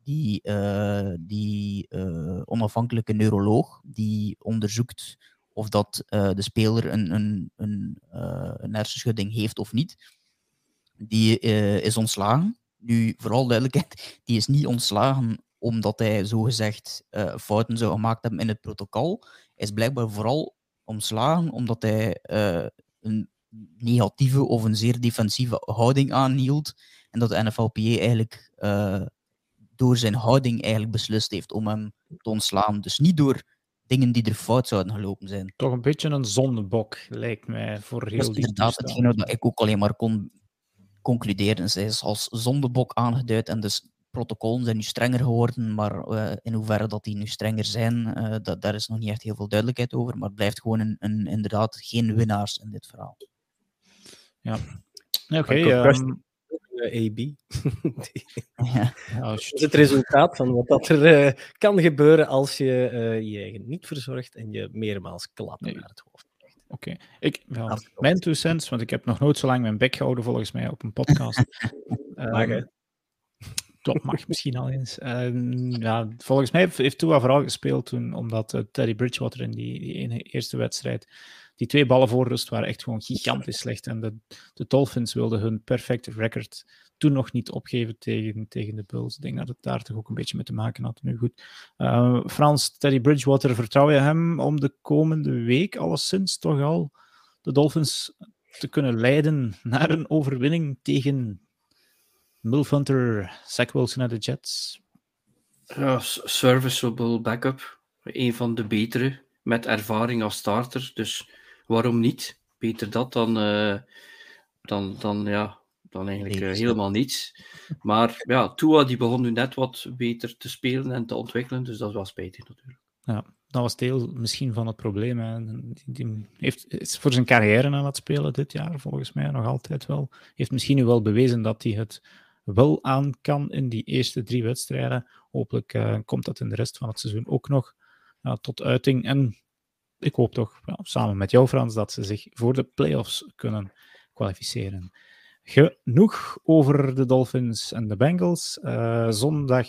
die onafhankelijke neuroloog die onderzoekt of dat de speler een hersenschudding heeft of niet, die is ontslagen. Nu, vooral duidelijkheid, die is niet ontslagen omdat hij zogezegd fouten zou gemaakt hebben in het protocol. Hij is blijkbaar vooral ontslagen omdat hij een negatieve of een zeer defensieve houding aanhield en dat de NFLPA eigenlijk door zijn houding eigenlijk beslist heeft om hem te ontslaan. Dus niet door dingen die er fout zouden gelopen zijn. Toch een beetje een zondebok, lijkt mij, voor heel die toestand. Inderdaad, hetgeen dat ik ook alleen maar kon concluderen. Zij is als zondebok aangeduid en dus protocollen zijn nu strenger geworden, maar in hoeverre dat die nu strenger zijn, daar is nog niet echt heel veel duidelijkheid over, maar het blijft gewoon inderdaad geen winnaars in dit verhaal. Ja. Oké. AB. Dat is het resultaat van wat dat er kan gebeuren als je je eigen niet verzorgt en je meermaals klappen naar het hoofd krijgt. Oké. Mijn 2 cents, want ik heb nog nooit zo lang mijn bek gehouden volgens mij op een podcast. Dat mag misschien al eens. Volgens mij heeft Tua vooral gespeeld toen, omdat Teddy Bridgewater in die eerste wedstrijd, die 2 ballen voor rust waren echt gewoon gigantisch slecht. En de Dolphins wilden hun perfecte record toen nog niet opgeven tegen de Bulls. Ik denk dat het daar toch ook een beetje mee te maken had. Nu goed. Frans, Teddy Bridgewater, vertrouw je hem om de komende week alleszins toch al de Dolphins te kunnen leiden naar een overwinning tegen Milf Hunter, Zach Wilson en de Jets? Ja, serviceable backup. Een van de betere, met ervaring als starter. Dus waarom niet? Beter dat dan eigenlijk helemaal niets. Maar ja, Tua die begon nu net wat beter te spelen en te ontwikkelen, dus dat is wel spijtig natuurlijk. dat was deel misschien van het probleem. Hè. Die is voor zijn carrière aan het spelen dit jaar, volgens mij nog altijd wel. Heeft misschien nu wel bewezen dat hij het wel aan kan in die eerste 3 wedstrijden. Hopelijk komt dat in de rest van het seizoen ook nog tot uiting. En ik hoop toch, samen met jou Frans, dat ze zich voor de playoffs kunnen kwalificeren. Genoeg over de Dolphins en de Bengals. Zondag...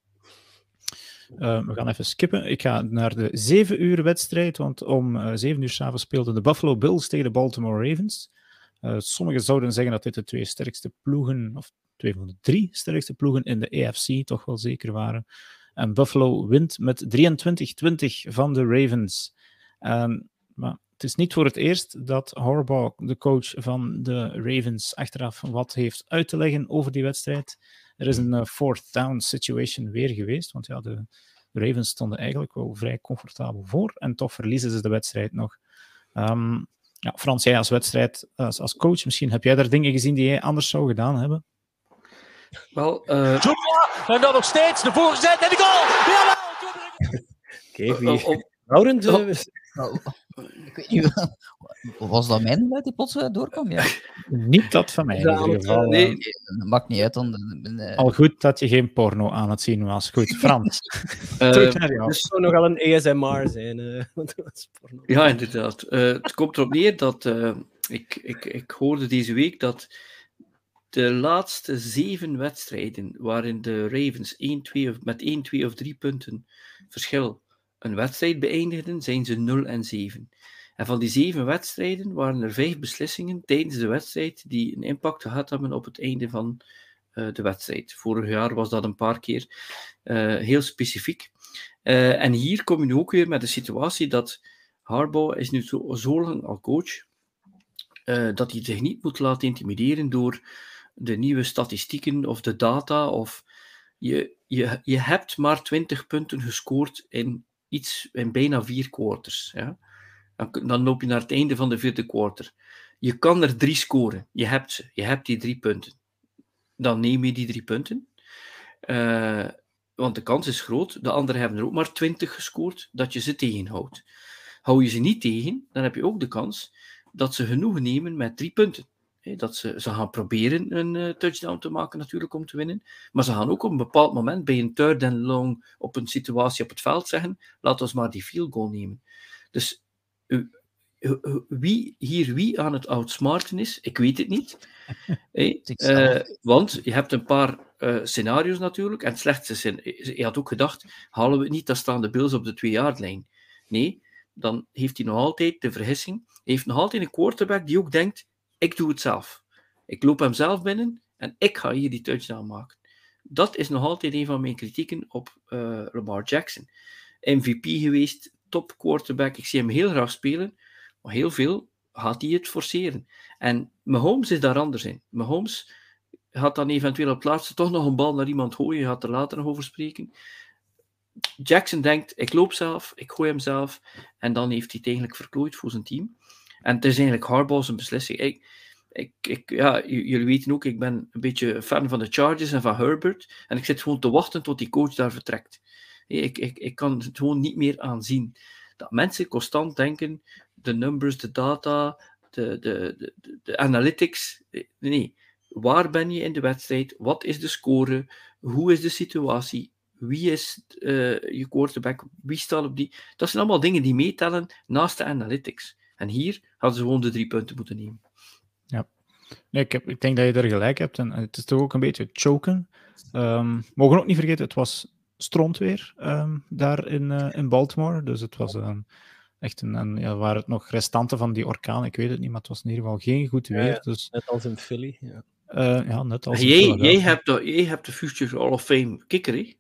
we gaan even skippen. Ik ga naar de 7 uur wedstrijd, want om 7 uur 's avonds speelden de Buffalo Bills tegen de Baltimore Ravens. Sommigen zouden zeggen dat dit de 2 sterkste ploegen, of 2 van de 3 sterkste ploegen in de AFC toch wel zeker waren. En Buffalo wint met 23-20 van de Ravens. Maar het is niet voor het eerst dat Harbaugh, de coach van de Ravens, achteraf wat heeft uit te leggen over die wedstrijd. Er is een 4th down situation weer geweest, want ja, de Ravens stonden eigenlijk wel vrij comfortabel voor en toch verliezen ze de wedstrijd nog. Frans, jij als coach, misschien heb jij daar dingen gezien die jij anders zou gedaan hebben? Wel, en dan nog steeds de voorzet en de goal! Oké, Laurent, ik weet niet, was dat mijn dat die plots doorkwam? Ja. Niet dat van mij in ieder geval. Nee, dat maakt niet uit. Al goed dat je geen porno aan het zien was. Goed, Frans. Het zou nogal een ASMR zijn. Ja, inderdaad. Het komt erop neer dat ik hoorde deze week dat de laatste 7 wedstrijden waarin de Ravens met 1, 2 of 3 punten verschil een wedstrijd beëindigden, zijn ze 0-7. En van die 7 wedstrijden waren er 5 beslissingen tijdens de wedstrijd die een impact gehad hebben op het einde van de wedstrijd. Vorig jaar was dat een paar keer heel specifiek. En hier kom je nu ook weer met de situatie dat Harbaugh is nu zo lang al coach, dat hij zich niet moet laten intimideren door de nieuwe statistieken of de data. Of je hebt maar 20 punten gescoord in bijna 4 quarters. Ja? Dan loop je naar het einde van de 4e quarter. Je kan er 3 scoren. Je hebt ze. Je hebt die 3 punten. Dan neem je die 3 punten. Want de kans is groot. De anderen hebben er ook maar 20 gescoord, dat je ze tegenhoudt. Hou je ze niet tegen, dan heb je ook de kans dat ze genoegen nemen met 3 punten. Dat ze gaan proberen een touchdown te maken natuurlijk om te winnen. Maar ze gaan ook op een bepaald moment bij een 3rd and long op een situatie op het veld zeggen, laat ons maar die field goal nemen. Dus wie aan het outsmarten is, ik weet het niet. Want je hebt een paar scenario's natuurlijk. En het slechtste je had ook gedacht, halen we het niet, dan staan de Bills op de 2-yard-lijn. Nee, dan heeft hij nog altijd de vergissing. Hij heeft nog altijd een quarterback die ook denkt, ik doe het zelf. Ik loop hem zelf binnen en ik ga hier die touchdown maken. Dat is nog altijd een van mijn kritieken op Lamar Jackson. MVP geweest, top quarterback. Ik zie hem heel graag spelen, maar heel veel gaat hij het forceren. En Mahomes is daar anders in. Mahomes gaat dan eventueel op het laatste toch nog een bal naar iemand gooien. Je gaat er later nog over spreken. Jackson denkt, ik loop zelf, ik gooi hem zelf. En dan heeft hij het eigenlijk verklooid voor zijn team. En het is eigenlijk Harbaugh zijn beslissing. Jullie weten ook, ik ben een beetje fan van de Chargers en van Herbert. En ik zit gewoon te wachten tot die coach daar vertrekt. Ik kan het gewoon niet meer aanzien. Dat mensen constant denken, de numbers, de data, de analytics. Nee, waar ben je in de wedstrijd? Wat is de score? Hoe is de situatie? Wie is je quarterback? Wie staat op die? Dat zijn allemaal dingen die meetellen naast de analytics. En hier hadden ze gewoon de 3 punten moeten nemen. Ja, nee, ik denk dat je er gelijk hebt. En het is toch ook een beetje choken. Mogen ook niet vergeten, het was strontweer daar in Baltimore. Dus het was echt waren het nog restanten van die orkaan? Ik weet het niet, maar het was in ieder geval geen goed weer. Ja, dus, net als in Philly. Ja, net als in Philly. Jij hebt de Future Hall of Fame kicker, hè?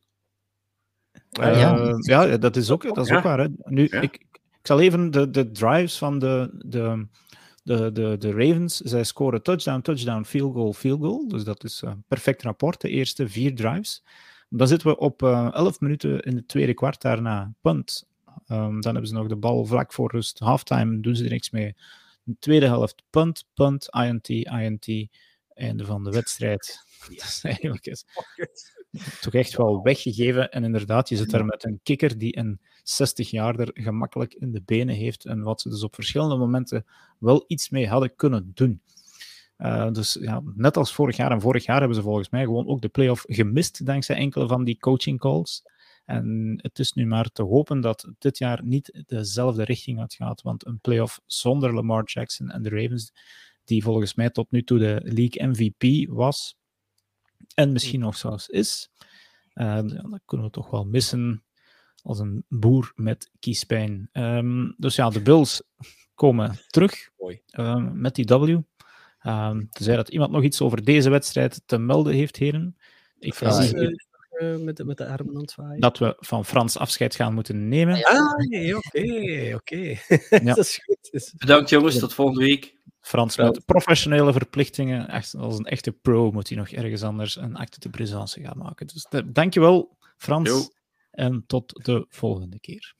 Ja, dat is ook waar. Hè. Nu, ik zal even de drives van de Ravens. Zij scoren touchdown, field goal. Dus dat is een perfect rapport, de eerste 4 drives. Dan zitten we op 11 minuten in het tweede kwart, daarna punt. Dan hebben ze nog de bal vlak voor rust. Halftime doen ze er niks mee. De tweede helft punt, INT, einde van de wedstrijd. Dat is eigenlijk toch echt wel weggegeven. En inderdaad, je zit daar met een kikker die een 60-jaarder gemakkelijk in de benen heeft en wat ze dus op verschillende momenten wel iets mee hadden kunnen doen. Dus ja, net als vorig jaar, en vorig jaar hebben ze volgens mij gewoon ook de play-off gemist dankzij enkele van die coaching calls. En het is nu maar te hopen dat dit jaar niet dezelfde richting uitgaat, want een play-off zonder Lamar Jackson en de Ravens, die volgens mij tot nu toe de league MVP was, en misschien nog zelfs is, dat kunnen we toch wel missen als een boer met kiespijn. Dus ja, de Bills komen terug met die W. Tenzij dat iemand nog iets over deze wedstrijd te melden heeft, heren. Ik zie met de armen aan het zwaaien. Dat we van Frans afscheid gaan moeten nemen. Oké. Ja. Dat is goed. Bedankt jongens, tot volgende week. Frans met professionele verplichtingen. Echt, als een echte pro moet hij nog ergens anders een acte de présence gaan maken. Dus dankjewel, Frans. Jo. En tot de volgende keer.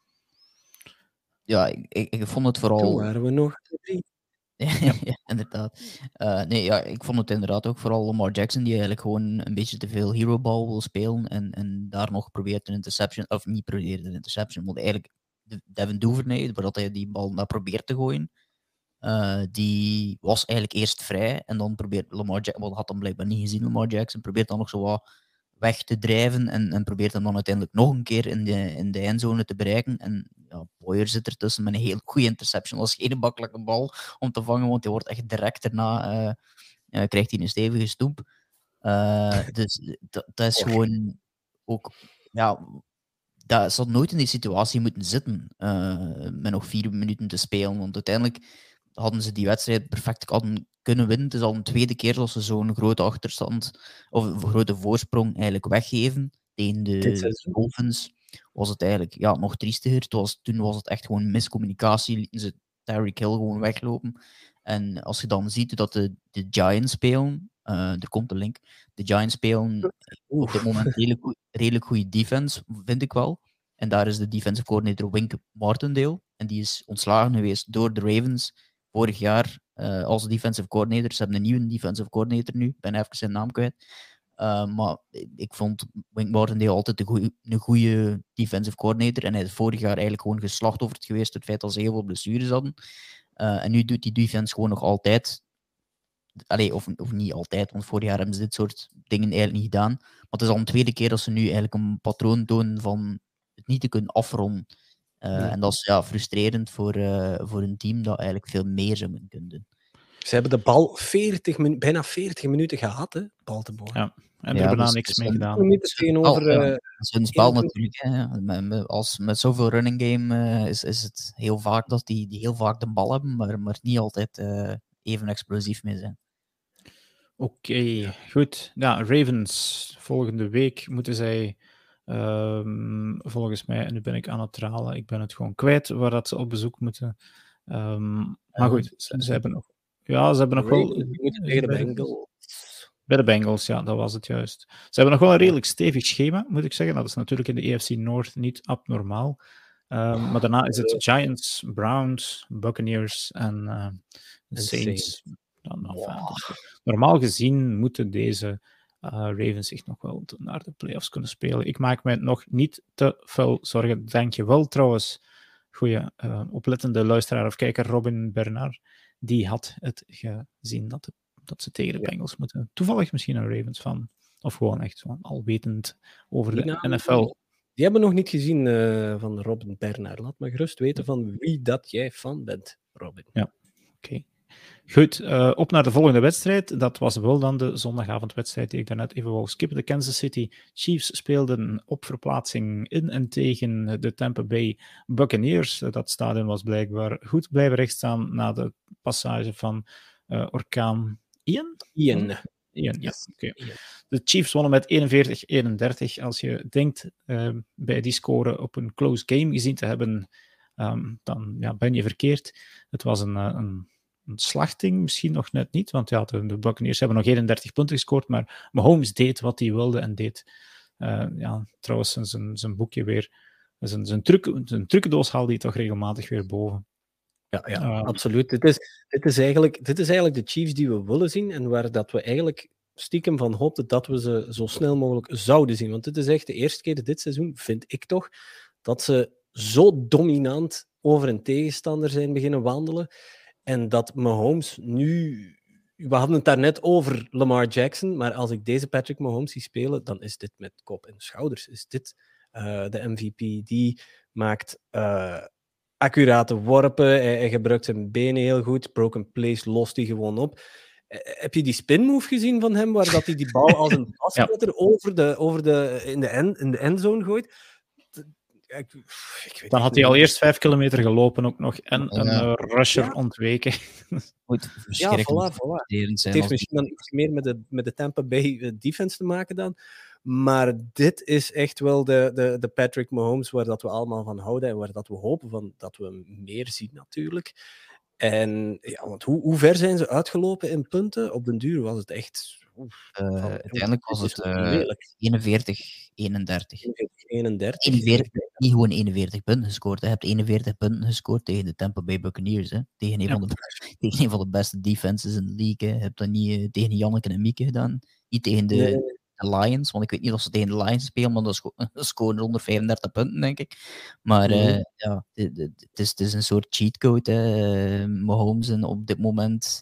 Ja, ik vond het vooral... Toen waren we nog 3. Ja, inderdaad. Ik vond het inderdaad ook vooral Lamar Jackson, die eigenlijk gewoon een beetje te veel hero ball wil spelen en daar nog probeert een interception, of niet probeert een interception, maar eigenlijk Devin Duvernay, waar hij die bal naar probeert te gooien, die was eigenlijk eerst vrij en dan probeert Lamar Jackson, wat had hem blijkbaar niet gezien, Lamar Jackson, probeert dan nog zo wat weg te drijven en probeert hem dan uiteindelijk nog een keer in de endzone te bereiken. En ja, Boyer zit ertussen met een heel goede interception. Dat is geen makkelijke bal om te vangen, want die wordt echt direct daarna krijgt hij een stevige stoep. Dus dat is gewoon ook... Ja, dat zal nooit in die situatie moeten zitten met nog 4 minuten te spelen, want uiteindelijk hadden ze die wedstrijd perfect kunnen winnen. Het is al een tweede keer dat ze zo'n grote achterstand of een grote voorsprong eigenlijk weggeven tegen de Dolphins. Was het eigenlijk nog triestiger. Toen was het echt gewoon miscommunicatie. Lieten ze Tyreek Hill gewoon weglopen. En als je dan ziet dat de Giants spelen, er komt een link, de Giants spelen op dit moment redelijk goede defense, vind ik wel. En daar is de defensive coordinator Wink Martindale. En die is ontslagen geweest door de Ravens vorig jaar als defensive coordinator. Ze hebben een nieuwe defensive coordinator nu. Ik ben even zijn naam kwijt. Maar ik vond Wink Martindale altijd een goede defensive coordinator. En hij is vorig jaar eigenlijk gewoon geslachtofferd geweest door het feit dat ze heel veel blessures hadden. En nu doet die defense gewoon nog altijd... Of niet altijd, want vorig jaar hebben ze dit soort dingen eigenlijk niet gedaan. Maar het is al een tweede keer dat ze nu eigenlijk een patroon tonen van het niet te kunnen afronden. En dat is frustrerend voor een team dat eigenlijk veel meer zou moeten kunnen doen. Ze hebben de bal bijna 40 minuten gehad, hè, Baltimore. Ja, en er hebben daar niks mee gedaan. Dat is een spel natuurlijk. Hè. Met zoveel running game is het heel vaak dat die heel vaak de bal hebben, maar niet altijd even explosief mee zijn. Oké, goed. Ja, Ravens. Volgende week moeten zij... volgens mij, en nu ben ik aan het tralen, ik ben het gewoon kwijt waar dat ze op bezoek moeten. Maar goed, ze hebben nog... Ja, ze hebben nog wel... Bij de Bengals. Bij de Bengals, ja, dat was het juist. Ze hebben nog wel een redelijk stevig schema, moet ik zeggen. Dat is natuurlijk in de AFC North niet abnormaal. Maar daarna is het Giants, Browns, Buccaneers en Saints. Normaal gezien moeten deze... Ravens zich nog wel naar de playoffs kunnen spelen. Ik maak mij nog niet te veel zorgen. Dank je wel trouwens, goeie oplettende luisteraar of kijker Robin Bernard. Die had het gezien dat ze tegen de Bengals moeten. Toevallig misschien een Ravens fan. Of gewoon echt zo alwetend over de NFL. Die hebben nog niet gezien van Robin Bernard. Laat me gerust weten van wie dat jij fan bent, Robin. Ja, oké. Goed, op naar de volgende wedstrijd. Dat was wel dan de zondagavondwedstrijd die ik daarnet even wou skippen. De Kansas City Chiefs speelden op verplaatsing in en tegen de Tampa Bay Buccaneers. Dat stadion was blijkbaar goed blijven rechtstaan na de passage van orkaan Ian, ja. Okay. De Chiefs wonnen met 41-31. Als je denkt bij die score op een close game gezien te hebben, dan ben je verkeerd. Het was een slachting, misschien nog net niet, want de Buccaneers hebben nog 31 punten gescoord, maar Mahomes deed wat hij wilde en deed trouwens zijn boekje weer, zijn trucendoos haalde hij toch regelmatig weer boven. Ja, absoluut. Dit is eigenlijk de Chiefs die we willen zien en waar dat we eigenlijk stiekem van hoopten dat we ze zo snel mogelijk zouden zien, want dit is echt de eerste keer dit seizoen, vind ik toch, dat ze zo dominant over een tegenstander zijn beginnen wandelen. En dat Mahomes nu... We hadden het daarnet over Lamar Jackson, maar als ik deze Patrick Mahomes zie spelen, dan is dit met kop en schouders. Is dit de MVP? Die maakt accurate worpen, hij gebruikt zijn benen heel goed, broken plays lost hij gewoon op. Heb je die spin move gezien van hem, waar dat hij die bal als een basketter in de endzone gooit? Ik weet dan had hij al eerst 5 kilometer gelopen ook nog en een rusher ontweken. Ja, voilà. Het heeft misschien dan iets meer met de Tampa Bay defense te maken dan. Maar dit is echt wel de Patrick Mahomes waar dat we allemaal van houden en waar dat we hopen dat we meer zien natuurlijk. En ja, want hoe ver zijn ze uitgelopen in punten? Op den duur was het echt... uiteindelijk was het 41-31. 41. Niet gewoon 41 punten gescoord. Je hebt 41 punten gescoord tegen de Tampa Bay Buccaneers. Hè? Tegen een van de beste defenses in de league. Hè? Je hebt dat niet tegen Janneke en Mieke gedaan. Niet tegen de Lions, want ik weet niet of ze tegen de Lions spelen, maar dat scoren 135 punten, denk ik. Maar ja, het is een soort cheatcode, Mahomes op dit moment.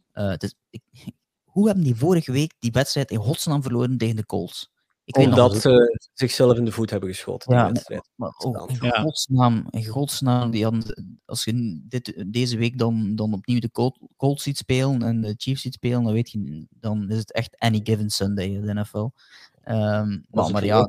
Hoe hebben die vorige week die wedstrijd in godsnaam verloren tegen de Colts? Omdat ze zichzelf in de voet hebben geschoten. Ja, maar in godsnaam, die hadden, als je deze week dan opnieuw de Colts ziet spelen en de Chiefs ziet spelen, dan weet je, dan is het echt any given Sunday, de NFL. Maar ja,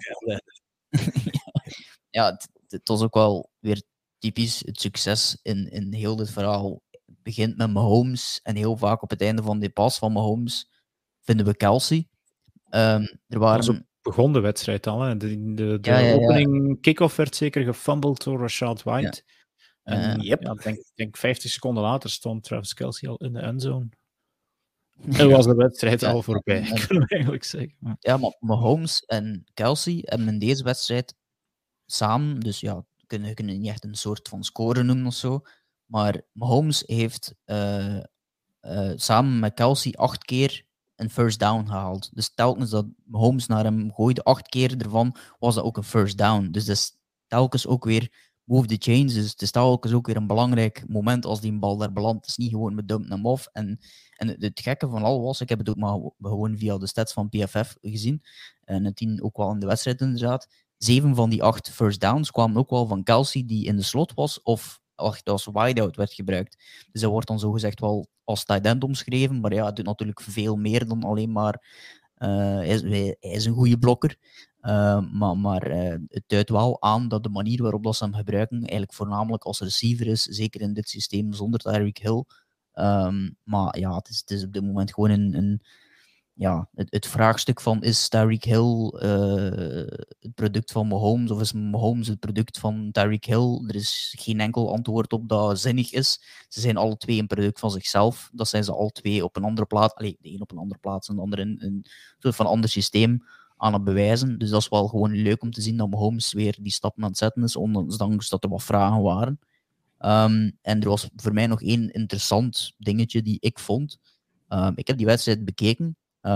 ja, het was ook wel weer typisch het succes in heel dit verhaal. Het begint met Mahomes en heel vaak op het einde van die pas van Mahomes vinden we Kelsey. Er waren... begon de wedstrijd al. Hè. De opening kick-off werd zeker gefumbled door Rashad White. Ja. En ik denk 50 seconden later stond Travis Kelce al in de endzone. En was de wedstrijd al voorbij, kunnen we eigenlijk zeggen. Ja, maar Mahomes en Kelce hebben in deze wedstrijd samen, dus ja, kunnen niet echt een soort van score noemen of zo, maar Mahomes heeft samen met Kelce 8 keer een first down gehaald. Dus telkens dat Mahomes naar hem gooide, 8 keer ervan, was dat ook een first down. Dus dat is telkens ook weer move the chains. Dus het is telkens ook weer een belangrijk moment als die bal daar belandt. Het is niet gewoon met dump hem off. En het gekke van al was, ik heb het ook maar gewoon via de stats van PFF gezien, en het 10 ook wel in de wedstrijd inderdaad, 7 van die 8 first downs kwamen ook wel van Kelce die in de slot was, of als wideout werd gebruikt. Dus dat wordt dan zogezegd wel als tight end omschreven, maar ja, het doet natuurlijk veel meer dan alleen maar... hij is een goede blokker, maar het duidt wel aan dat de manier waarop dat ze hem gebruiken, eigenlijk voornamelijk als receiver is, zeker in dit systeem zonder Tyreek Hill. Maar ja, het is op dit moment gewoon het vraagstuk van, is Tyreek Hill het product van Mahomes of is Mahomes het product van Tyreek Hill? Er is geen enkel antwoord op dat zinnig is. Ze zijn alle twee een product van zichzelf. Dat zijn ze alle twee op een andere plaats. De een op een andere plaats en de ander in een soort van ander systeem aan het bewijzen. Dus dat is wel gewoon leuk om te zien dat Mahomes weer die stappen aan het zetten is, ondanks dat er wat vragen waren. En er was voor mij nog één interessant dingetje die ik vond. Ik heb die wedstrijd bekeken.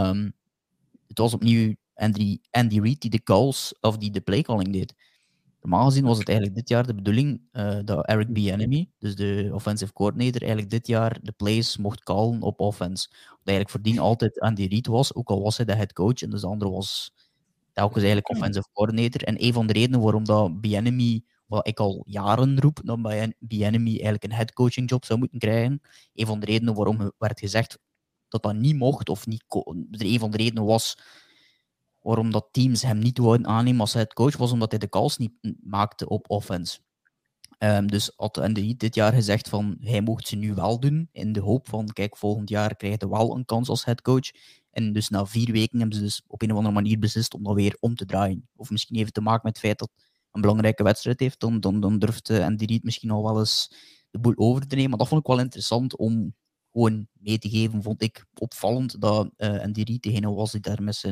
Het was opnieuw Andy Reid die de calls of die de playcalling deed. Normaal gezien was het eigenlijk dit jaar de bedoeling dat Eric Bieniemy, dus de offensive coordinator, eigenlijk dit jaar de plays mocht callen op offense. Wat eigenlijk voordien altijd Andy Reid was, ook al was hij de head coach, en dus de andere was telkens eigenlijk offensive coordinator. En een van de redenen waarom dat Bieniemy, wat ik al jaren roep, dat Bieniemy eigenlijk een headcoaching job zou moeten krijgen, een van de redenen waarom werd gezegd dat niet mocht, of niet een van de redenen was waarom dat teams hem niet wouden aannemen als headcoach, was omdat hij de calls niet maakte op offense. Dus had Andy dit jaar gezegd van, hij mocht ze nu wel doen, in de hoop van, kijk, volgend jaar krijg je wel een kans als headcoach. En dus na 4 weken hebben ze dus op een of andere manier beslist om dat weer om te draaien. Of misschien heeft het te maken met het feit dat een belangrijke wedstrijd heeft, dan durft Andy Reid misschien al wel eens de boel over te nemen. Maar dat vond ik wel interessant om gewoon mee te geven, vond ik opvallend dat Andy Reid degene was die daar met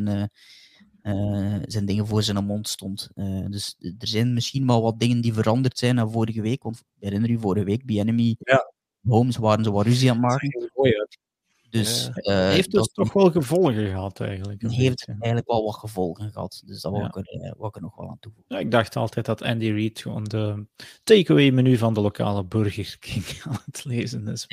zijn dingen voor zijn mond stond. Dus er zijn misschien wel wat dingen die veranderd zijn na vorige week. Want herinner je, vorige week, Bieniemy, Mahomes waren ze wat ruzie aan het maken. Dus, heeft dus toch wel gevolgen gehad, eigenlijk. Heeft eigenlijk wel wat gevolgen gehad. Dus dat wil ik er nog wel aan toevoegen. Ja, ik dacht altijd dat Andy Reid gewoon de takeaway-menu van de lokale Burger King aan het lezen is.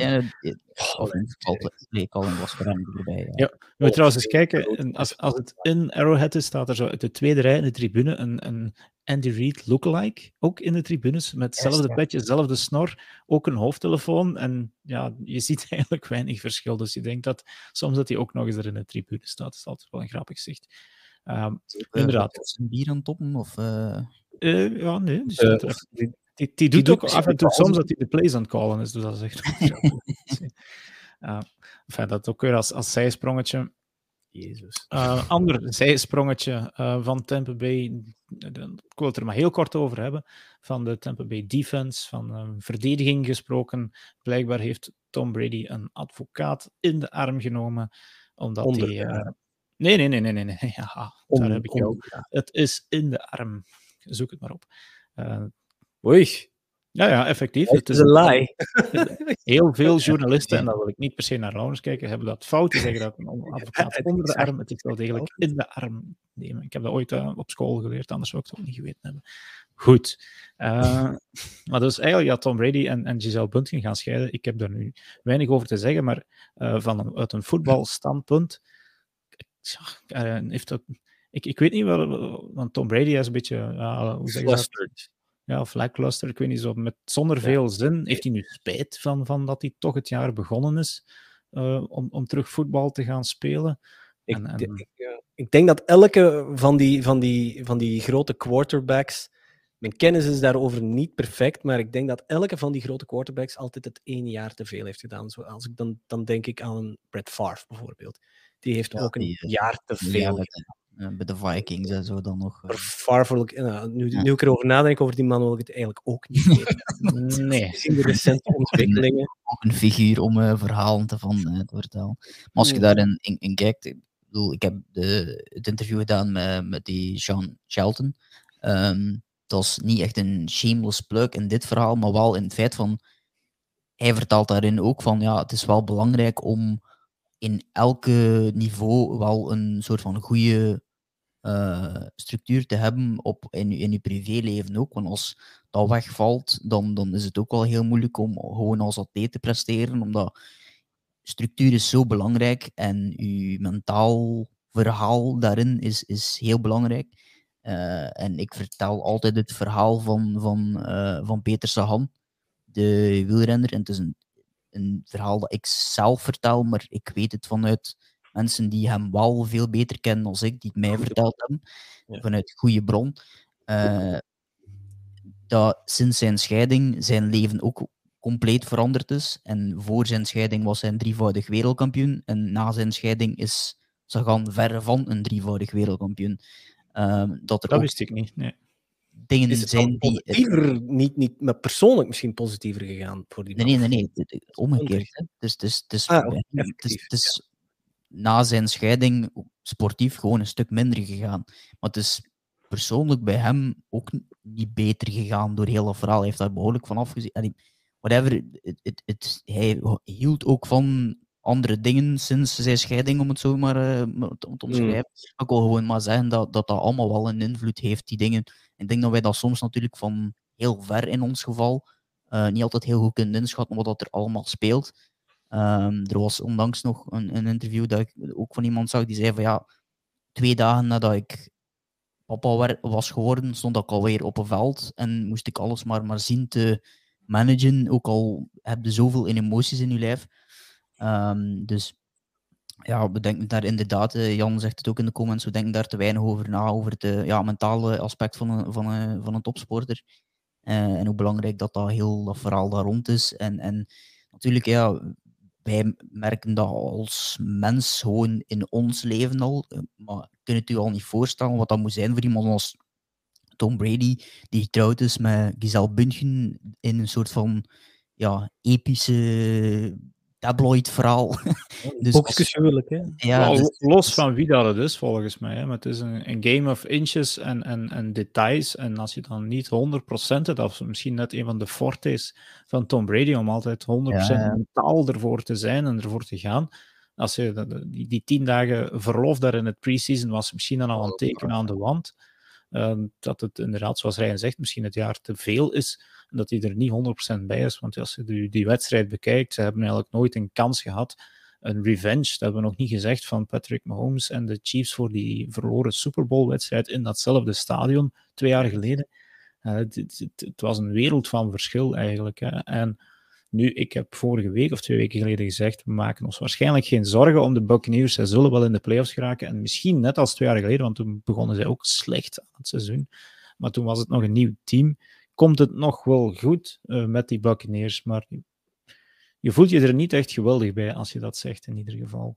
Colin was voor hem erbij. Ja, we moeten trouwens eens kijken. Als het in Arrowhead is, staat er zo uit de tweede rij in de tribune een Andy Reid lookalike. Ook in de tribunes, met hetzelfde petje, hetzelfde snor, ook een hoofdtelefoon. En ja, je ziet eigenlijk weinig verschil. Dus je denkt dat soms dat hij ook nog eens er in de tribune staat. Dat is altijd wel een grappig zicht. Inderdaad. Een bier aan toppen? Of, ja, nee. Die doet ook af en toe soms dat hij de plays aan het callen is. Dus dat is echt dat ook weer als zijsprongetje. Jezus. Ander zijsprongetje van Tampa Bay. Ik wil het er maar heel kort over hebben. Van de Tampa Bay defense, van verdediging gesproken. Blijkbaar heeft Tom Brady een advocaat in de arm genomen. Omdat hij... Nee. Ja, daar heb ik jou. Het is in de arm. Zoek het maar op. Oei. Ja, effectief. Het is een lie. Heel veel journalisten, en dat wil ik niet per se naar Laurens kijken, hebben dat fout te zeggen dat een advocaat onder de arm, het is wel degelijk in de arm nemen. Ik heb dat ooit op school geleerd, anders zou ik het ook niet geweten hebben. Goed. Maar dus eigenlijk dat Tom Brady en Gisele Bündchen gaan scheiden. Ik heb daar nu weinig over te zeggen, maar uit een voetbalstandpunt heeft dat... Ik weet niet wel, want Tom Brady is een beetje... hoe zeg je dat? Ja, of lackluster, ik weet niet, zonder veel zin. Heeft hij nu spijt van dat hij toch het jaar begonnen is om terug voetbal te gaan spelen? Ik denk dat elke van die grote quarterbacks, mijn kennis is daarover niet perfect, maar ik denk dat elke van die grote quarterbacks altijd het 1 jaar te veel heeft gedaan. Als ik dan denk ik aan Brett Favre bijvoorbeeld. Die heeft ook een jaar te veel gedaan. Bij de Vikings en zo dan nog. Nu ik erover nadenk over die man, wil ik het eigenlijk ook niet weten. Nee. Gezien de recente ontwikkelingen. Ook een figuur om verhalen te vertellen. Maar als je daarin in kijkt, ik heb het interview gedaan met die Sean Shelton. Dat is niet echt een shameless plug in dit verhaal, maar wel in het feit van, hij vertelt daarin ook van, ja, het is wel belangrijk om in elke niveau wel een soort van goede structuur te hebben in je privéleven ook. Want als dat wegvalt, dan is het ook wel heel moeilijk om gewoon als atleet te presteren, omdat structuur is zo belangrijk en je mentaal verhaal daarin is heel belangrijk. En ik vertel altijd het verhaal van Peter Sagan, de wielrenner. En het is een verhaal dat ik zelf vertel, maar ik weet het vanuit mensen die hem wel veel beter kennen dan ik, die het mij verteld hebben, vanuit goede bron. Dat sinds zijn scheiding zijn leven ook compleet veranderd is. En voor zijn scheiding was hij een 3-voudig wereldkampioen. En na zijn scheiding is Sagan verre van een 3-voudig wereldkampioen. Dat wist ik niet, nee. Dingen is het zijn die... positiever, niet maar persoonlijk misschien positiever gegaan voor die man? Nee. Omgekeerd. Het is na zijn scheiding sportief gewoon een stuk minder gegaan. Maar het is persoonlijk bij hem ook niet beter gegaan door heel dat verhaal. Hij heeft daar behoorlijk van afgezien. Whatever, hij hield ook van andere dingen sinds zijn scheiding, om het zo maar te omschrijven. Ik wil gewoon maar zeggen dat allemaal wel een invloed heeft, die dingen. Ik denk dat wij dat soms natuurlijk van heel ver in ons geval niet altijd heel goed kunnen inschatten wat er allemaal speelt. Er was onlangs nog een interview dat ik ook van iemand zag die zei van ja, 2 dagen nadat ik papa was geworden, stond ik alweer op een veld en moest ik alles maar zien te managen, ook al heb je zoveel emoties in je lijf. Dus ja, we denken daar inderdaad, Jan zegt het ook in de comments, we denken daar te weinig over na, over het mentale aspect van een topsporter. En hoe belangrijk dat heel dat verhaal daar rond is. En natuurlijk, ja, wij merken dat als mens gewoon in ons leven al. Maar je kunt het u al niet voorstellen wat dat moet zijn voor iemand als Tom Brady, die getrouwd is met Gisele Bündchen in een soort van epische tabloid verhaal. Dus boekjeshuwelijk, hè? Ja, los van wie dat het is, volgens mij. Hè? Maar het is een game of inches en details. En als je dan niet 100% dat is misschien net een van de fortes van Tom Brady, om altijd 100% mentaal ervoor te zijn en ervoor te gaan. Als je die 10 dagen verlof daar in het pre-season was misschien dan al een teken aan de wand. Dat het inderdaad, zoals Ryan zegt, misschien het jaar te veel is. En dat hij er niet 100% bij is. Want als je die wedstrijd bekijkt, ze hebben eigenlijk nooit een kans gehad. Een revenge, dat hebben we nog niet gezegd, van Patrick Mahomes en de Chiefs voor die verloren Super Bowl-wedstrijd in datzelfde stadion 2 jaar geleden. Het was een wereld van verschil eigenlijk. Hè. En nu, ik heb vorige week of 2 weken geleden gezegd, we maken ons waarschijnlijk geen zorgen om de Buccaneers. Zij zullen wel in de playoffs geraken. En misschien net als 2 jaar geleden, want toen begonnen zij ook slecht aan het seizoen. Maar toen was het nog een nieuw team. Komt het nog wel goed met die Buccaneers, maar je voelt je er niet echt geweldig bij als je dat zegt, in ieder geval.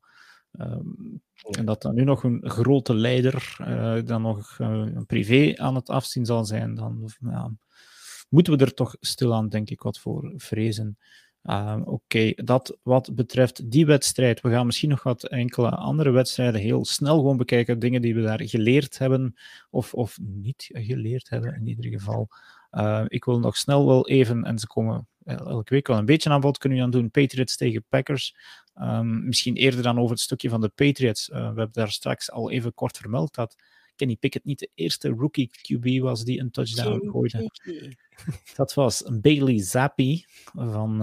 En dat dan nu nog een grote leider dan nog een privé aan het afzien zal zijn, dan moeten we er toch stilaan, denk ik, wat voor vrezen. Oké, dat wat betreft die wedstrijd. We gaan misschien nog wat enkele andere wedstrijden heel snel gewoon bekijken, dingen die we daar geleerd hebben, of niet geleerd hebben, in ieder geval. Ik wil nog snel wel even, en ze komen elke week wel een beetje aan bod, kunnen we dan doen, Patriots tegen Packers. Misschien eerder dan over het stukje van de Patriots. We hebben daar straks al even kort vermeld dat Kenny Pickett niet de eerste rookie QB was die een touchdown gooide. Dat was Bailey Zappi van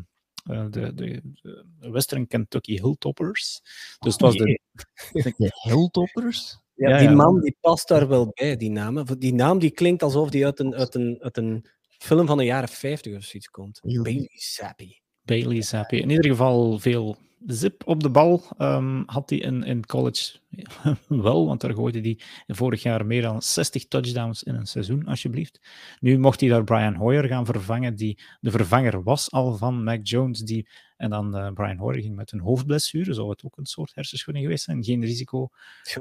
de Western Kentucky Hilltoppers. Dus het was de Hilltoppers? Ja, die man die past daar wel bij, die naam. Die naam die klinkt alsof die uit een film van de jaren 50 of zoiets komt. Bailey Zappi. Bailey Zappi. In ieder geval veel zip op de bal had hij in college wel, want daar gooide hij vorig jaar meer dan 60 touchdowns in een seizoen, alsjeblieft. Nu mocht hij daar Brian Hoyer gaan vervangen, die de vervanger was al van Mac Jones, en dan Brian Hoyer ging met een hoofdblessure, zou het ook een soort hersenschudding geweest zijn, geen risico.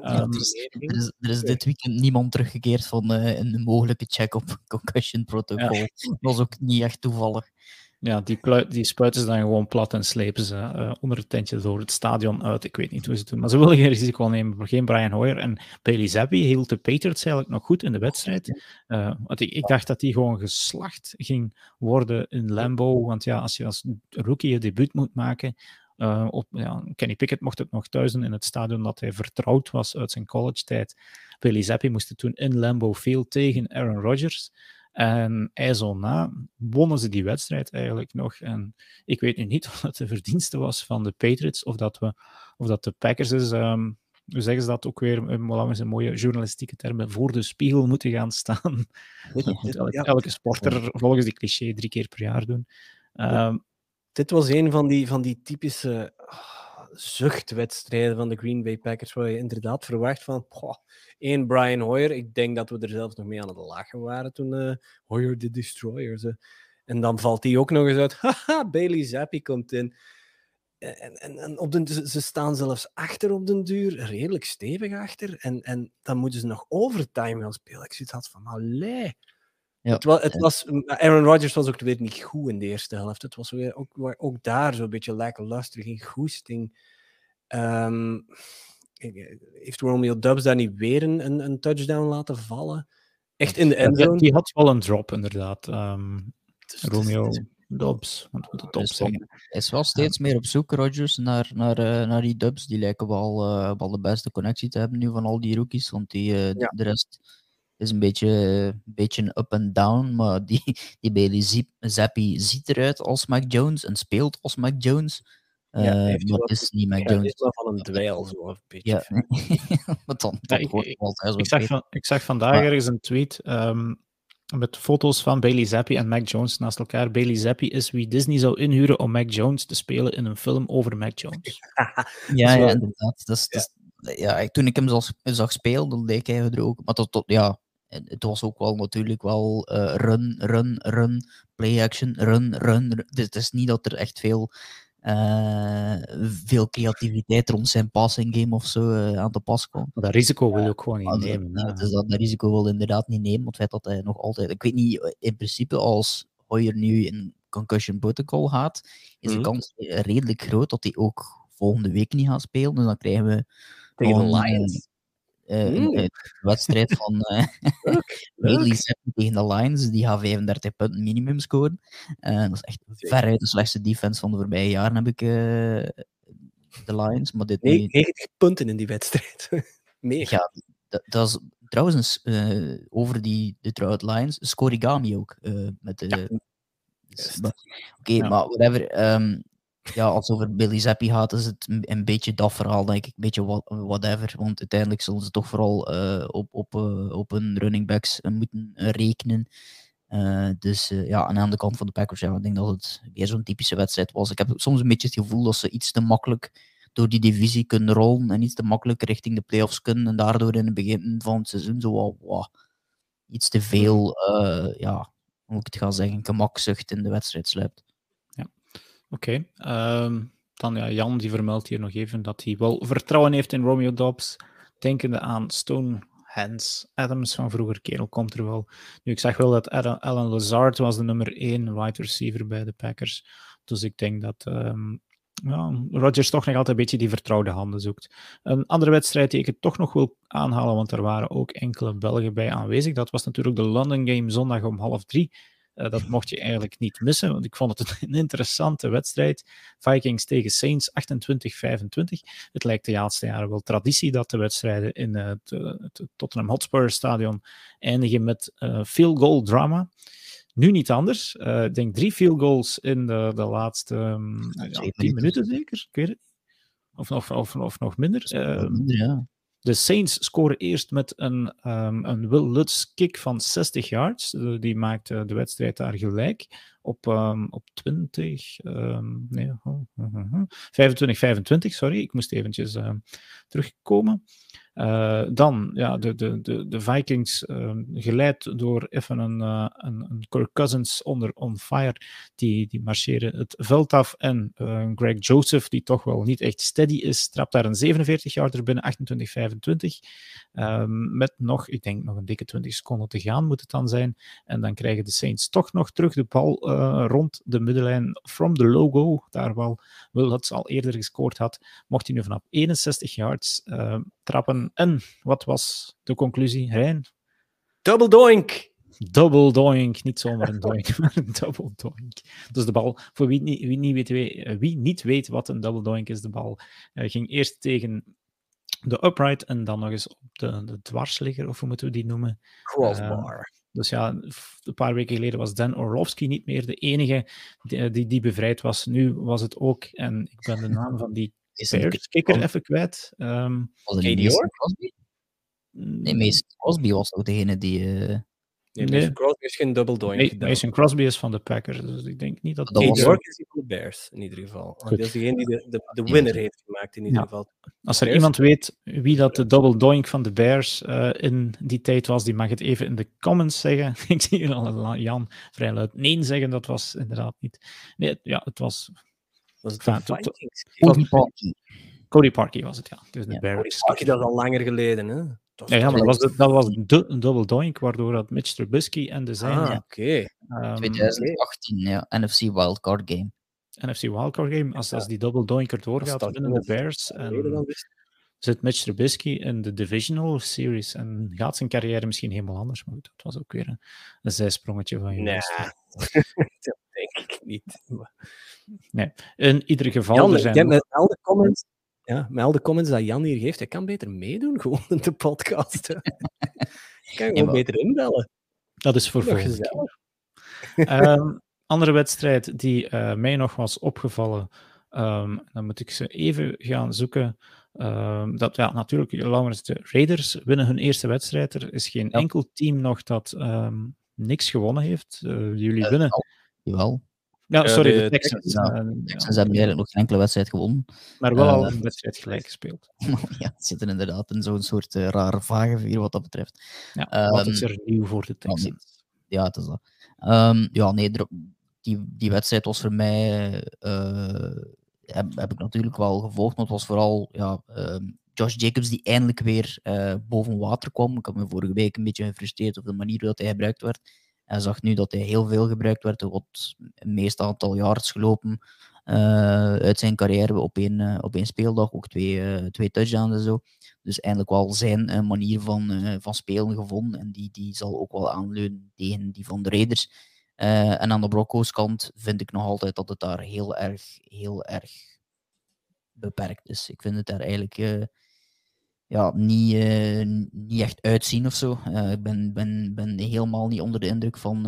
Er is dit weekend niemand teruggekeerd van een mogelijke check op concussion protocol. Ja. Dat was ook niet echt toevallig. Ja, die spuiten ze dan gewoon plat en slepen ze onder het tentje door het stadion uit. Ik weet niet hoe ze het doen, maar ze willen geen risico nemen. Geen Brian Hoyer. En Bailey Zappi hield de Patriots eigenlijk nog goed in de wedstrijd. Want ik dacht dat die gewoon geslacht ging worden in Lambeau. Want ja, als je als rookie je debuut moet maken... Kenny Pickett mocht het nog thuis doen in het stadion dat hij vertrouwd was uit zijn college-tijd. Bailey Zappi moest het toen in Lambeau Field tegen Aaron Rodgers. En ijzel na wonnen ze die wedstrijd eigenlijk nog. En ik weet nu niet of het de verdienste was van de Patriots of dat de Packers is. Hoe zeggen ze dat ook weer? Een mooie journalistieke termen. Voor de spiegel moeten gaan staan. Elke sporter volgens die cliché 3 keer per jaar doen. Dit was een van die typische zuchtwedstrijden van de Green Bay Packers, waar je inderdaad verwacht van één Brian Hoyer. Ik denk dat we er zelfs nog mee aan het lachen waren toen Hoyer the Destroyer. En dan valt die ook nog eens uit. Haha, Bailey Zappi komt in. En ze staan zelfs achter op den duur, redelijk stevig achter. En dan moeten ze nog overtime gaan spelen. Ik zit altijd van, allee. Ja. Aaron Rodgers was ook weer niet goed in de eerste helft. Het was weer ook daar zo'n beetje lackluster, geen goesting. Heeft Romeo Doubs daar niet weer een touchdown laten vallen? Echt in de endzone? Die had wel een drop, inderdaad. Romeo Doubs. Hij is wel steeds meer op zoek, Rodgers, naar die Doubs. Die lijken wel de beste connectie te hebben nu van al die rookies. Want de rest... is een beetje up and down, maar die Bailey Zappi ziet eruit als Mac Jones en speelt als Mac Jones. Maar het is niet Mac Jones. Het is wel van een dweil, zo een beetje. Ja. Ik zag vandaag ergens een tweet met foto's van Bailey Zappi en Mac Jones naast elkaar. Bailey Zappi is wie Disney zou inhuren om Mac Jones te spelen in een film over Mac Jones. Ja, inderdaad. Toen ik hem zag spelen, dan leek hij er ook... Maar het was ook wel natuurlijk wel run, play action, run. Dus het is niet dat er echt veel creativiteit rond zijn passing game of zo aan te pas kwam. Maar dat risico wil je ook gewoon niet nemen. Dus dat risico wil inderdaad niet nemen, want het feit dat hij nog altijd... Ik weet niet, in principe als Hoyer nu in concussion protocol gaat, is de kans redelijk groot dat hij ook volgende week niet gaat spelen. Dus dan krijgen we... Tegen de Lions. Een wedstrijd van Bailey Zappi tegen de Lions, die gaan 35 punten minimum scoren. Dat is echt veruit de slechtste defense van de voorbije jaren, heb ik de Lions. Maar dit 90 punten in die wedstrijd. Meer. Ja, dat is trouwens over die Detroit Lions. Scorigami ook. Oké, maar whatever. Als het over Billy Zappi gaat, is het een beetje dat verhaal, denk ik. Een beetje whatever. Want uiteindelijk zullen ze toch vooral op hun running backs moeten rekenen. En aan de kant van de Packers, ik denk dat het weer zo'n typische wedstrijd was. Ik heb soms een beetje het gevoel dat ze iets te makkelijk door die divisie kunnen rollen en iets te makkelijk richting de playoffs kunnen en daardoor in het begin van het seizoen zo iets te veel, hoe ik het ga zeggen, gemakzucht in de wedstrijd sluipt. Ja, oké. Dan Jan, die vermeldt hier nog even dat hij wel vertrouwen heeft in Romeo Doubs, denkende aan Stone Hands Adams van vroeger. Kerel komt er wel. Nu, ik zag wel dat Alan Lazard was de nummer 1 wide receiver bij de Packers. Dus ik denk dat Rodgers toch nog altijd een beetje die vertrouwde handen zoekt. Een andere wedstrijd die ik het toch nog wil aanhalen, want er waren ook enkele Belgen bij aanwezig. Dat was natuurlijk de London Game zondag om 2:30. Dat mocht je eigenlijk niet missen, want ik vond het een interessante wedstrijd. Vikings tegen Saints, 28-25. Het lijkt de laatste jaren wel traditie dat de wedstrijden in het Tottenham Hotspur Stadion eindigen met field goal drama. Nu niet anders. Ik denk 3 field goals in de laatste 10 minuten zeker. Ik weet het niet. Of nog minder. De Saints scoren eerst met een Will Lutz kick van 60 yards. Die maakt de wedstrijd daar gelijk op 25-25. Sorry, ik moest eventjes terugkomen. Dan de Vikings, geleid door even een Kirk Cousins on fire, die marcheren het veld af en Greg Joseph, die toch wel niet echt steady is, trapt daar een 47-yarder binnen, 28-25. Met nog een dikke 20 seconden te gaan moet het dan zijn. En dan krijgen de Saints toch nog terug de bal rond de middenlijn from the logo, daar wel Will Lutz al eerder gescoord had, mocht hij nu vanaf 61 yards trappen. En wat was de conclusie, Rijn? Double doink! Double doink, niet zomaar een doink, maar een double doink. Dus de bal, voor wie niet weet wat een double doink is, de bal ging eerst tegen de upright en dan nog eens op de dwarsligger, of hoe moeten we die noemen? Crossbar. Dus een paar weken geleden was Dan Orlovsky niet meer de enige die bevrijd was. Nu was het ook, en ik ben de naam van die Bears-kikker even kwijt. Was het niet Mason Crosby? Nee, Mason Crosby was ook degene die... Mason Crosby is geen double doink. Mason Crosby is van de Packers, dus ik denk niet dat... New York is die van de Bears, in ieder geval. Dat is degene die de winner heeft gemaakt, in ieder geval. Als er iemand weet wie dat de double doink van de Bears in die tijd was, die mag het even in de comments zeggen. Ik zie hier al Jan vrij luid nee zeggen, dat was inderdaad niet... Nee, het was... Cody Parkey was het, ja. Dus de Bears. Cody Parkey, dat is al langer geleden, hè? Maar dat was de double doink, waardoor dat Mitch Trubisky en de zijn... Oké. 2018, NFC Wildcard Game. NFC Wildcard Game, als die double doink erdoor gaat binnen de Bears, en zit Mitch Trubisky in de Divisional Series en gaat zijn carrière misschien helemaal anders, maar dat was ook weer een zijsprongetje van je. Nee, dat denk ik niet. Nee, in ieder geval... Jan, er zijn met al de comments... Ja, met al de comments dat Jan hier geeft, hij kan beter meedoen gewoon in de podcast. Kan je gewoon beter inbellen. Dat is voor volgende keer. Andere wedstrijd die mij nog was opgevallen, dan moet ik ze even gaan zoeken. Natuurlijk, de Raiders winnen hun eerste wedstrijd. Er is geen enkel team nog dat niks gewonnen heeft. Jullie winnen. Jawel. Ja, sorry, de Texans. De Texans hebben eigenlijk nog geen enkele wedstrijd gewonnen. Maar wel al een wedstrijd gelijk gespeeld. Ja, het zit inderdaad in zo'n soort rare vagevuur wat dat betreft. Ja, wat is er nieuw voor de Texans? Ja, het is dat. Die wedstrijd was voor mij... heb ik natuurlijk wel gevolgd, maar het was vooral Josh Jacobs die eindelijk weer boven water kwam. Ik had me vorige week een beetje gefrustreerd over de manier waarop hij gebruikt werd. Hij zag nu dat hij heel veel gebruikt werd. Er wordt het meeste aantal yards gelopen uit zijn carrière op één speeldag. Ook twee touchdowns en zo. Dus eindelijk wel zijn manier van spelen gevonden. En die zal ook wel aanleunen tegen die van de Raiders. En aan de Broncos kant vind ik nog altijd dat het daar heel erg beperkt is. Ik vind het daar eigenlijk niet echt uitzien of zo. Ik ben helemaal niet onder de indruk van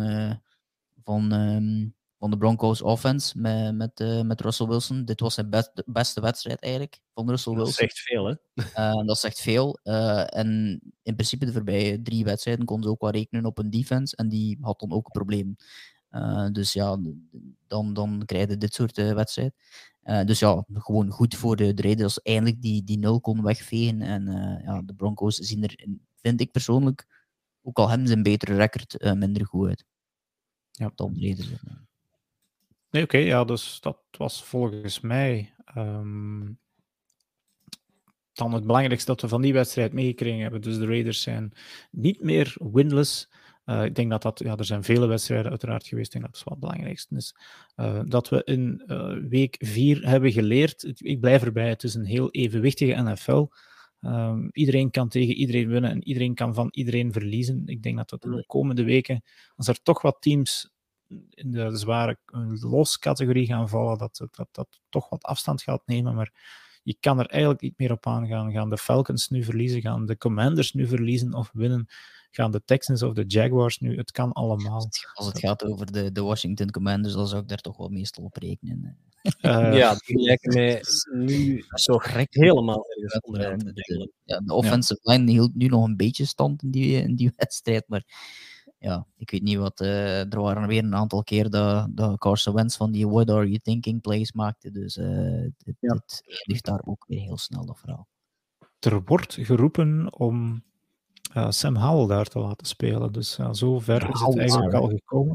de Broncos offense met Russell Wilson. Dit was zijn beste wedstrijd eigenlijk van Russell Wilson. Dat zegt veel, hè? Dat zegt veel. En in principe de voorbije 3 wedstrijden konden ze ook wel rekenen op een defense en die had dan ook een probleem. Dus ja, dan krijg je dit soort wedstrijd. Dus ja, gewoon goed voor de Raiders eindelijk die 0 kon wegvegen. En de Broncos zien er, vind ik persoonlijk, ook al hebben ze een betere record, minder goed uit. Ja. Dan de Raiders. Nee, oké, ja, dus dat was volgens mij dan het belangrijkste dat we van die wedstrijd meegekregen hebben. Dus de Raiders zijn niet meer winless. Ik denk dat er zijn vele wedstrijden uiteraard geweest. Ik denk dat het wel het belangrijkste is. Dat we in week 4 hebben geleerd. Ik blijf erbij, het is een heel evenwichtige NFL. Iedereen kan tegen iedereen winnen en iedereen kan van iedereen verliezen. Ik denk dat in de komende weken, als er toch wat teams in de zware los-categorie gaan vallen, dat toch wat afstand gaat nemen, maar je kan er eigenlijk niet meer op aangaan. Gaan de Falcons nu verliezen? Gaan de Commanders nu verliezen of winnen? Gaan de Texans of de Jaguars nu? Het kan allemaal. Als het gaat over de Washington Commanders, dan zou ik daar toch wel meestal op rekenen. Ja, die lijken mij nu zo helemaal ergens onderaan te delen. Ja, de offensive line hield nu nog een beetje stand in die wedstrijd, maar ja, ik weet niet wat. Er waren weer een aantal keer dat Carson Wentz van die What Are You Thinking plays maakte, dus het eindigt daar ook weer heel snel, dat verhaal. Er wordt geroepen om Sam Howell daar te laten spelen, dus zo ver is het eigenlijk al gekomen.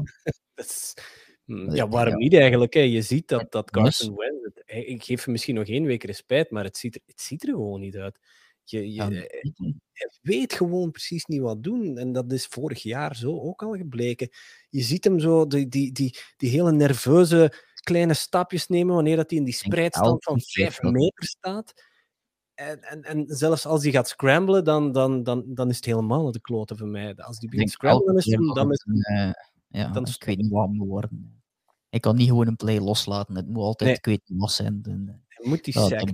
Ja, waarom niet eigenlijk? Hè? Je ziet dat Carson Wentz, ik geef hem misschien nog 1 week respijt, maar het ziet er gewoon niet uit. Je weet gewoon precies niet wat doen. En dat is vorig jaar zo ook al gebleken. Je ziet hem zo, die hele nerveuze kleine stapjes nemen wanneer dat hij in die spreidstand van 5 meter staat. En zelfs als hij gaat scramblen, dan is het helemaal de klote voor mij. Als die begint scramblen, dan is het... ik weet niet wat moet worden. Ik kan niet gewoon een play loslaten. Het moet altijd los zijn. Je moet die sack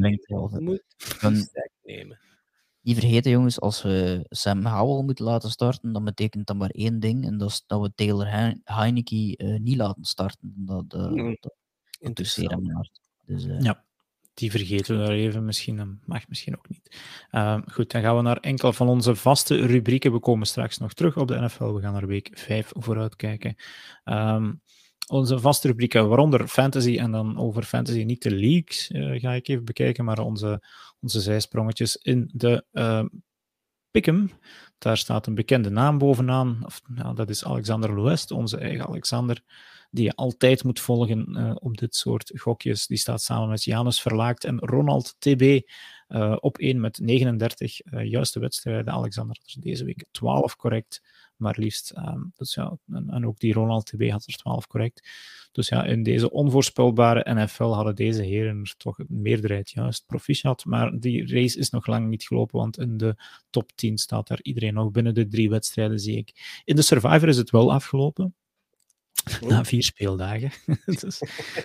nemen. Niet vergeten, jongens, als we Sam Howell moeten laten starten, dan betekent dat maar 1 ding, en dat is dat we Taylor Heineke niet laten starten. Dat interesseert hem hard. Dus, ja, die vergeten we daar even. Misschien mag misschien ook niet. Goed, dan gaan we naar enkele van onze vaste rubrieken. We komen straks nog terug op de NFL. We gaan naar week 5 vooruit kijken. Onze vaste rubrieken, waaronder fantasy, en dan over fantasy niet de leagues ga ik even bekijken, maar onze zijsprongetjes in de Pick'em. Daar staat een bekende naam bovenaan. Dat is Alexander Louest, onze eigen Alexander, die je altijd moet volgen op dit soort gokjes. Die staat samen met Janus Verlaakt en Ronald TB op 1 met 39 juiste wedstrijden. Alexander had er deze week 12 correct. Maar liefst, dus ja, en ook die Ronald TB had er 12 correct. Dus ja, in deze onvoorspelbare NFL hadden deze heren er toch een meerderheid juist proficiat. Maar die race is nog lang niet gelopen, want in de top 10 staat daar iedereen nog binnen de 3 wedstrijden, zie ik. In de Survivor is het wel afgelopen. Na 4 speeldagen. Dus,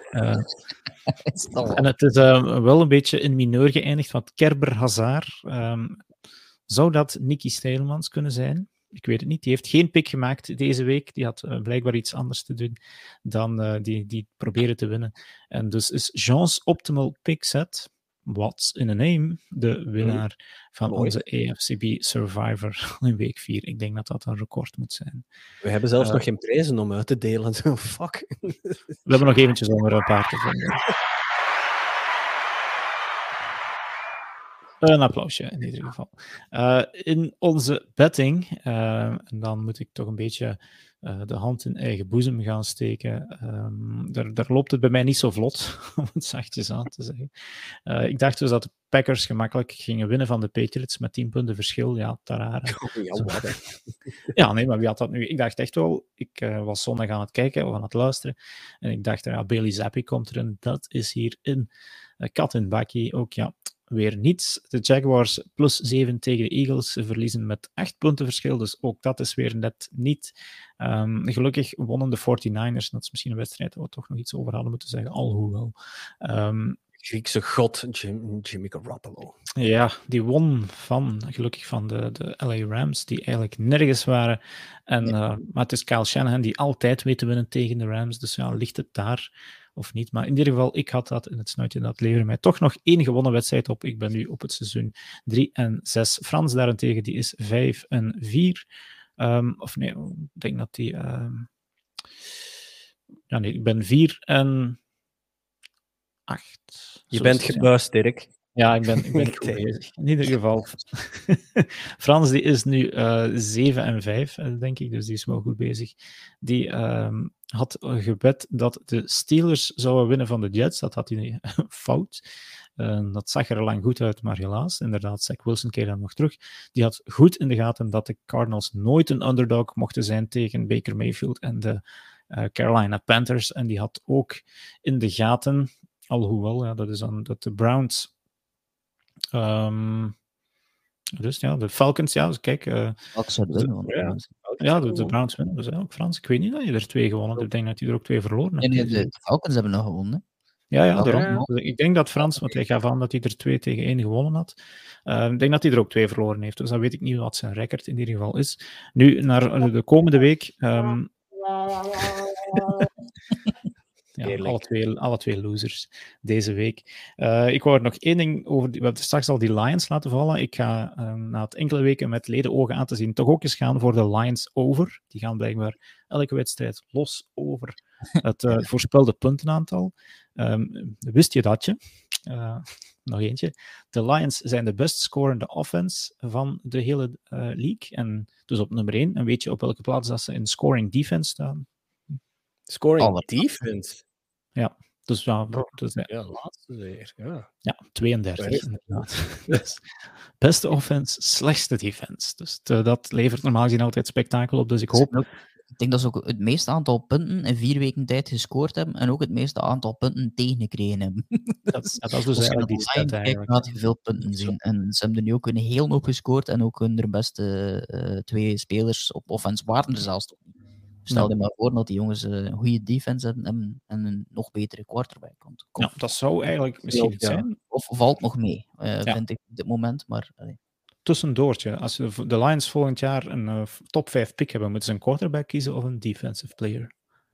en het is wel een beetje in mineur geëindigd, want Kerber Hazard, zou dat Nicky Steelmans kunnen zijn? Ik weet het niet. Die heeft geen pick gemaakt deze week. Die had blijkbaar iets anders te doen dan die proberen te winnen. En dus is Jean's optimal pick set, what's in a name, de winnaar van onze AFCB Survivor in week 4. Ik denk dat dat een record moet zijn. We hebben zelfs nog geen prijzen om uit te delen. Fuck. We hebben nog eventjes om er een paar te vinden. Een applausje in ieder geval. In onze betting, en dan moet ik toch een beetje de hand in eigen boezem gaan steken. Daar loopt het bij mij niet zo vlot, om het zachtjes aan te zeggen. Ik dacht dus dat de Packers gemakkelijk gingen winnen van de Patriots met 10 punten verschil. Ja, tarare. Ja, nee, maar wie had dat nu? Ik dacht echt wel, ik was zondag aan het kijken of aan het luisteren. En ik dacht, ja, Bailey Zappi komt erin. Dat is hierin. Kat in bakkie ook, ja. Weer niets. De Jaguars +7 tegen de Eagles. Ze verliezen met 8 punten verschil, dus ook dat is weer net niet. Gelukkig wonnen de 49ers. Dat is misschien een wedstrijd waar we toch nog iets over hadden moeten zeggen, alhoewel. Griekse god Jimmy Garoppolo. Ja, die won gelukkig van de LA Rams, die eigenlijk nergens waren. Maar het is Kyle Shanahan die altijd weet te winnen tegen de Rams. Dus ja, ligt het daar of niet? Maar in ieder geval, ik had dat in het snuitje. Dat leverde mij toch nog 1 gewonnen wedstrijd op. Ik ben nu op het seizoen 3-6. Frans daarentegen, die is 5-4. Of nee, ik denk dat die... Ja, nee, ik ben 4-8. Je bent gebuist, Dirk. Ja, ik ben goed bezig. In ieder geval. Frans die is nu 7-5, denk ik, dus die is wel goed bezig. Die had gebed dat de Steelers zouden winnen van de Jets. Dat had hij fout. Dat zag er lang goed uit, maar helaas. Inderdaad, Zach Wilson keerde dan nog terug. Die had goed in de gaten dat de Cardinals nooit een underdog mochten zijn tegen Baker Mayfield en de Carolina Panthers. En die had ook in de gaten, alhoewel, ja, dat is dan dat de Browns... dus ja, de Falcons, ja, dus kijk... Wat zou het winnen? Ja, de Browns winnen, dus ook Frans. Ik weet niet dat je er 2 gewonnen hebt. Ik denk dat je er ook 2 verloren hebt. Nee, de Falcons hebben nog gewonnen. Ja, daarom. Dus ik denk dat Frans, want hij gaf aan dat hij er 2 tegen 1 gewonnen had. Ik denk dat hij er ook 2 verloren heeft. Dus dan weet ik niet wat zijn record in ieder geval is. Nu, naar de komende week... Ja, alle twee losers deze week. Ik wou er nog 1 ding over... We hebben straks al die Lions laten vallen. Ik ga na het enkele weken met ledenogen aan te zien toch ook eens gaan voor de Lions over. Die gaan blijkbaar elke wedstrijd los over het voorspelde puntenaantal. Wist je dat je? Nog eentje. De Lions zijn de best scorende offense van de hele league. En dus op nummer 1. En weet je op welke plaats dat ze in scoring defense staan? Scoring defense? Ja, dus ja, laatste weer. Ja, 32 inderdaad. Dus, beste offense, slechtste defense. Dus dat levert normaal gezien altijd spektakel op. Dus ik hoop... Ik denk dat ze ook het meeste aantal punten in 4 weken tijd gescoord hebben en ook het meeste aantal punten tegengekregen hebben. Dat is dus eigenlijk die stat eigenlijk. Laat je veel punten zien. En ze hebben er nu ook een heel hoop gescoord en ook hun beste 2 spelers op offense waren er zelfs toch niet. Stel je maar voor dat die jongens een goede defense hebben en een nog betere quarterback komt. Ja, dat zou eigenlijk misschien het zijn. Of valt nog mee, vind ik op dit moment. Maar, tussendoortje. Als de Lions volgend jaar een top 5 pick hebben, moeten ze een quarterback kiezen of een defensive player?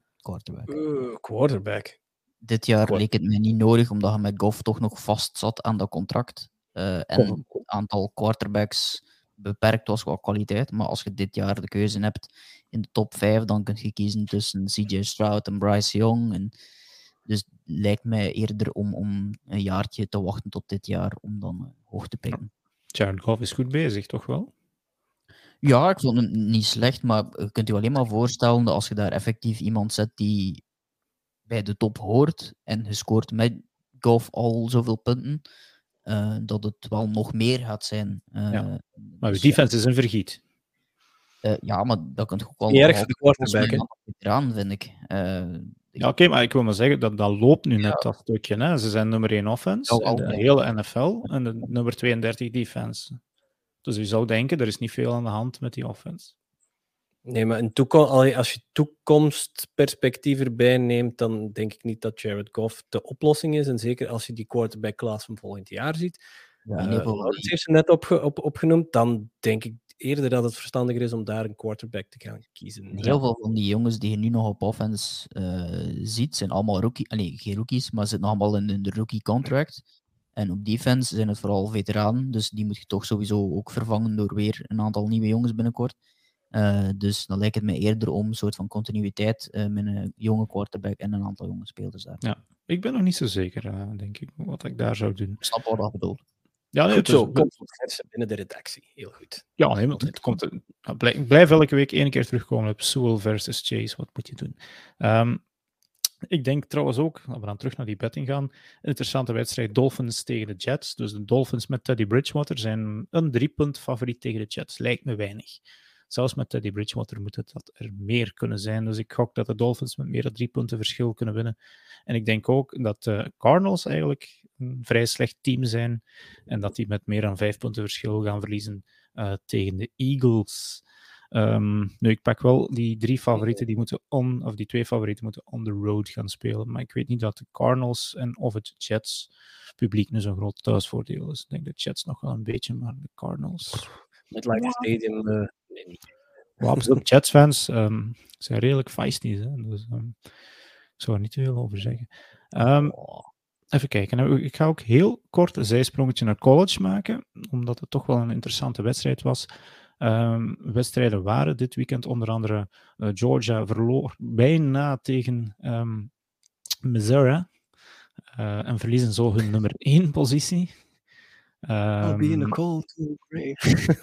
Quarterback. Dit jaar leek het mij niet nodig, omdat je met Goff toch nog vast zat aan dat contract. En het aantal quarterbacks beperkt was qua kwaliteit. Maar als je dit jaar de keuze hebt in de top 5, dan kun je kiezen tussen CJ Stroud en Bryce Young. En dus het lijkt mij eerder om een jaartje te wachten tot dit jaar, om dan hoog te pikken. Jared Goff is goed bezig, toch wel? Ja, ik vond het niet slecht, maar je kunt je alleen maar voorstellen dat als je daar effectief iemand zet die bij de top hoort en je scoort met Goff al zoveel punten, dat het wel nog meer gaat zijn. Maar de defense is een vergiet. Ja, maar dat kan toch ook wel erg de quarterback eraan, vind ik. Ja, oké, maar ik wil maar zeggen, dat loopt nu net dat stukje. Hè. Ze zijn nummer 1 offense in de hele NFL en de nummer 32 defense. Dus je zou denken, er is niet veel aan de hand met die offense. Nee, maar als je toekomstperspectief erbij neemt, dan denk ik niet dat Jared Goff de oplossing is. En zeker als je die quarterback-class van volgend jaar ziet. Laurens heeft ze net opgenoemd. Dan denk ik eerder dat het verstandiger is om daar een quarterback te gaan kiezen. Heel veel van die jongens die je nu nog op offense ziet, zijn allemaal geen rookies, maar zitten allemaal in de rookie contract. En op defense zijn het vooral veteranen, dus die moet je toch sowieso ook vervangen door weer een aantal nieuwe jongens binnenkort. Dus dan lijkt het mij eerder om een soort van continuïteit met een jonge quarterback en een aantal jonge spelers daar. Ja, ik ben nog niet zo zeker, denk ik, wat ik daar zou doen. Ik snap wat dat bedoelt. Ja, nee, goed zo, komt binnen de redactie. Heel goed. Ja, nee, ik blijf elke week 1 keer terugkomen op Sewell versus Chase. Wat moet je doen? Ik denk trouwens ook, laten we dan terug naar die betting gaan, een interessante wedstrijd Dolphins tegen de Jets. Dus de Dolphins met Teddy Bridgewater zijn een 3-punt favoriet tegen de Jets. Lijkt me weinig. Zelfs met Teddy Bridgewater moet het dat er meer kunnen zijn. Dus ik gok dat de Dolphins met meer dan 3 punten verschil kunnen winnen. En ik denk ook dat de Cardinals eigenlijk een vrij slecht team zijn. En dat die met meer dan 5 punten verschil gaan verliezen tegen de Eagles. Nu, ik pak wel die 3 favorieten, die die 2 favorieten moeten on the road gaan spelen. Maar ik weet niet dat de Cardinals of het Jets publiek nu zo'n groot thuisvoordeel is. Ik denk de Jets nog wel een beetje, maar de Cardinals... MetLife Stadium, nee, niet. De Jets-fans zijn redelijk feisty, hè? Dus ik zou er niet te veel over zeggen. Even kijken. Ik ga ook heel kort een zijsprongetje naar college maken, omdat het toch wel een interessante wedstrijd was. Wedstrijden waren dit weekend onder andere Georgia verloor bijna tegen Missouri en verliezen zo hun nummer 1 positie. I'll be in the cold to grave.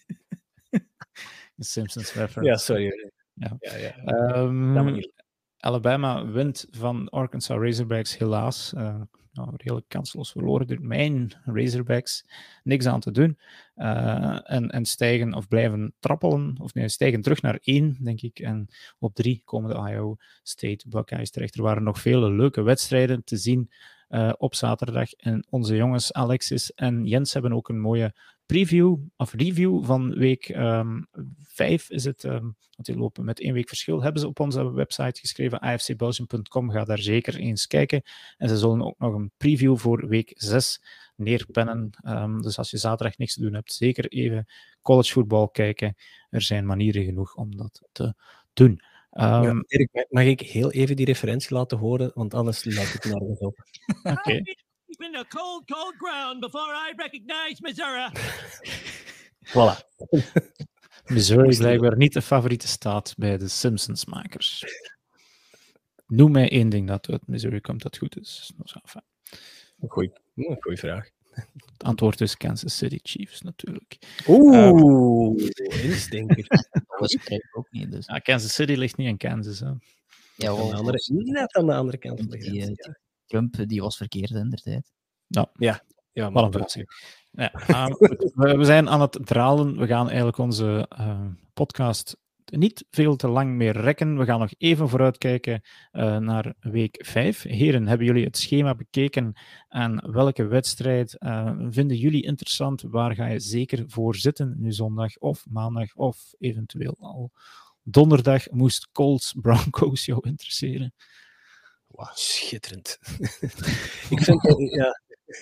The Simpsons reference. Ja, sorry. Ja. Alabama wint van Arkansas Razorbacks, helaas. Redelijk kansloos verloren door mijn Razorbacks. Niks aan te doen. En stijgen of blijven trappelen. Stijgen terug naar 1, denk ik. En op 3 komen de Iowa State Buckeyes terecht. Er waren nog vele leuke wedstrijden te zien op zaterdag. En onze jongens Alexis en Jens hebben ook een mooie review van week 5 is het, want die lopen met 1 week verschil, hebben ze op onze website geschreven, afcbelgium.com, ga daar zeker eens kijken. En ze zullen ook nog een preview voor week 6 neerpennen. Dus als je zaterdag niks te doen hebt, zeker even collegevoetbal kijken. Er zijn manieren genoeg om dat te doen. Erik, mag ik heel even die referentie laten horen, want anders laat ik nergens op. Oké. In the cold, cold ground before I recognize Missouri. Voilà. Missouri is blijkbaar niet de favoriete staat bij de Simpsons-makers. Noem mij 1 ding dat uit Missouri komt dat goed is. Een goeie vraag. Het antwoord is Kansas City Chiefs, natuurlijk. Instinker. Dat was ook niet. Dus. Kansas City ligt niet in Kansas. Hè. Net aan de andere kant van de grens. Trump die was verkeerd in der tijd. Ja, wat een verrassing. Ja, we zijn aan het dralen. We gaan eigenlijk onze podcast niet veel te lang meer rekken. We gaan nog even vooruitkijken naar week 5. Heren, hebben jullie het schema bekeken? En welke wedstrijd vinden jullie interessant? Waar ga je zeker voor zitten? Nu zondag of maandag of eventueel al donderdag? Moest Colts Broncos jou interesseren? Wauw, schitterend. Ik vind ja.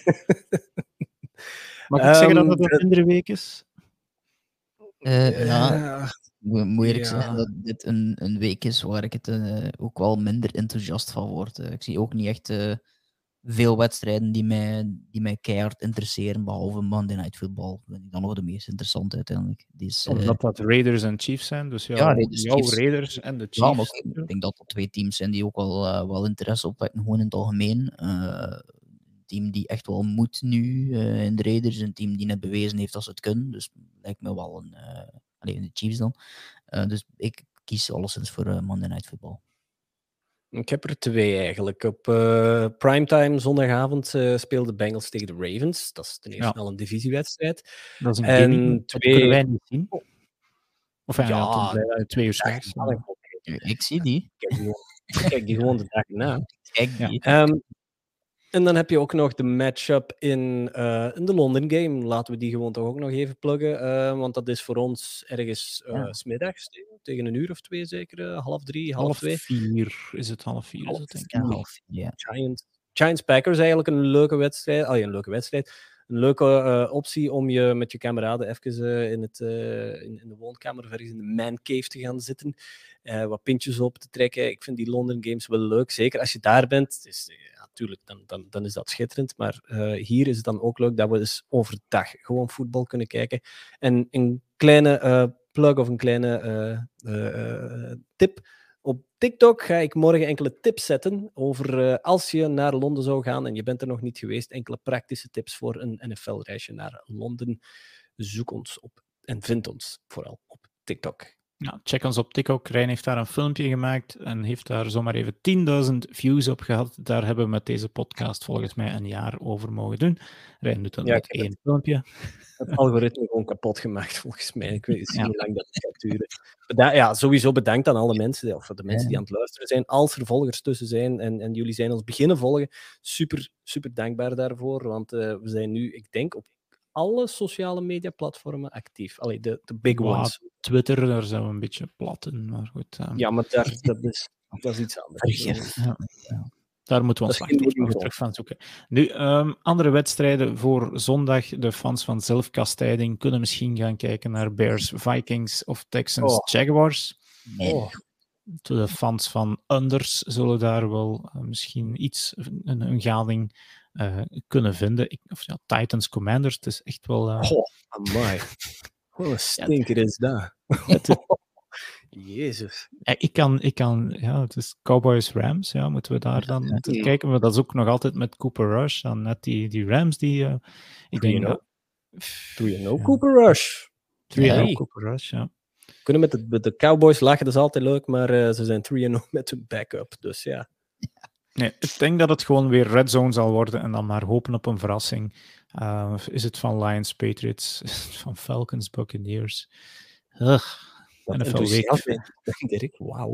Mag ik zeggen dat het een mindere week is? Moet eerlijk zeggen dat dit een week is waar ik het ook wel minder enthousiast van word. Ik zie ook niet echt veel wedstrijden die mij keihard interesseren, behalve Monday Night Football. Vind ik dan nog de meest interessante uiteindelijk. Omdat dat Raiders en Chiefs zijn, dus Raiders en de Chiefs. Ja, maar ik denk dat dat 2 teams zijn die ook wel interesse opwekken, gewoon in het algemeen. Een team die echt wel moet nu in de Raiders, een team die net bewezen heeft dat ze het kunnen. Dus lijkt me wel de Chiefs dan. Dus ik kies alleszins voor Monday Night Football. Ik heb er 2 eigenlijk. Op primetime zondagavond speelden Bengals tegen de Ravens. Dat is ten eerste al een divisiewedstrijd. Dat is een game, dat kunnen wij niet zien. Of ja, 2 uur 's nachts. Ik zie die. Kijk die gewoon de dag na. Kijk die. En dan heb je ook nog de matchup in de London Game. Laten we die gewoon toch ook nog even pluggen. Want dat is voor ons ergens 's middags. Tegen 1 uur of 2 zeker. 3:30, 2:30. 4 is het, 3:30 is het, denk ik. Ja. Giants Packers eigenlijk een leuke wedstrijd. Een leuke optie om je met je kameraden even in de woonkamer, ergens in de man cave te gaan zitten. Wat pintjes op te trekken. Ik vind die London Games wel leuk. Zeker als je daar bent. Natuurlijk, dan is dat schitterend. Maar hier is het dan ook leuk dat we dus overdag gewoon voetbal kunnen kijken. En een kleine plug of een kleine tip. Op TikTok ga ik morgen enkele tips zetten over als je naar Londen zou gaan en je bent er nog niet geweest, enkele praktische tips voor een NFL-reisje naar Londen. Zoek ons op en vind ons vooral op TikTok. Ja, check ons op TikTok. Rijn heeft daar een filmpje gemaakt en heeft daar zomaar even 10.000 views op gehad. Daar hebben we met deze podcast volgens mij een jaar over mogen doen. Rijn doet dat met 1 filmpje. Het algoritme gewoon kapot gemaakt, volgens mij. Ik weet niet hoe lang dat gaat duren. Sowieso bedankt aan alle mensen, of de mensen die aan het luisteren zijn. Als er volgers tussen zijn en jullie zijn ons beginnen volgen, super, super dankbaar daarvoor. Want we zijn nu, ik denk, op alle sociale media platformen actief. Allee, de big ones. Twitter, daar zijn we een beetje plat in, maar goed. Ja, maar dat is iets anders. Ja. Daar moeten we ons nog terug van zoeken. Nu, andere wedstrijden voor zondag. De fans van zelfkastijding kunnen misschien gaan kijken naar Bears, Vikings of Texans, Jaguars. De fans van unders zullen daar wel misschien iets, een gading kunnen vinden. Titans, Commanders, het is echt wel... amai. Wat een stinker is dat. Jezus. Ik kan, het is Cowboys Rams, moeten we daar dan kijken, maar dat is ook nog altijd met Cooper Rush, dan net die Rams die, ik denk dat... 3-0 Cooper Rush. 3-0 Cooper Rush, ja. Kunnen met de Cowboys lachen, dat is altijd leuk, maar ze zijn 3-0 met hun backup, dus ja. Nee, ik denk dat het gewoon weer Red Zone zal worden en dan maar hopen op een verrassing. Is het van Lions, Patriots, van Falcons, Buccaneers? NFL week. Dirk, wauw.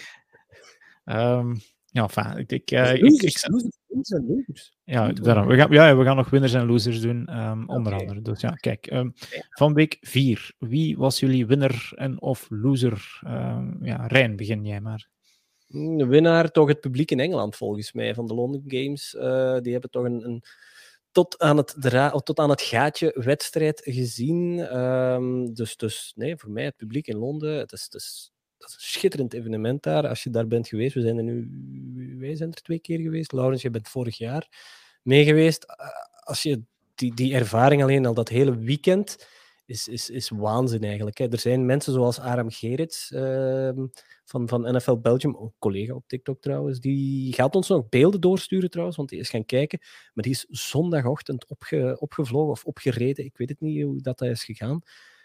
We gaan nog winners en losers doen, onder andere. Dus ja, kijk. Van week 4, wie was jullie winnaar en of loser? Rijn, begin jij maar. De winnaar, toch het publiek in Engeland, volgens mij, van de London Games. Die hebben toch een tot aan het gaatje wedstrijd gezien. Dus nee, voor mij het publiek in Londen, dat is een schitterend evenement daar. Als je daar bent geweest, wij zijn er 2 keer geweest. Laurens, je bent vorig jaar mee geweest. Als je die ervaring alleen al dat hele weekend is waanzin eigenlijk. Hè. Er zijn mensen zoals Aram Gerrits van NFL Belgium, een collega op TikTok trouwens, die gaat ons nog beelden doorsturen trouwens, want die is gaan kijken. Maar die is zondagochtend opgevlogen of opgereden. Ik weet het niet hoe dat is gegaan.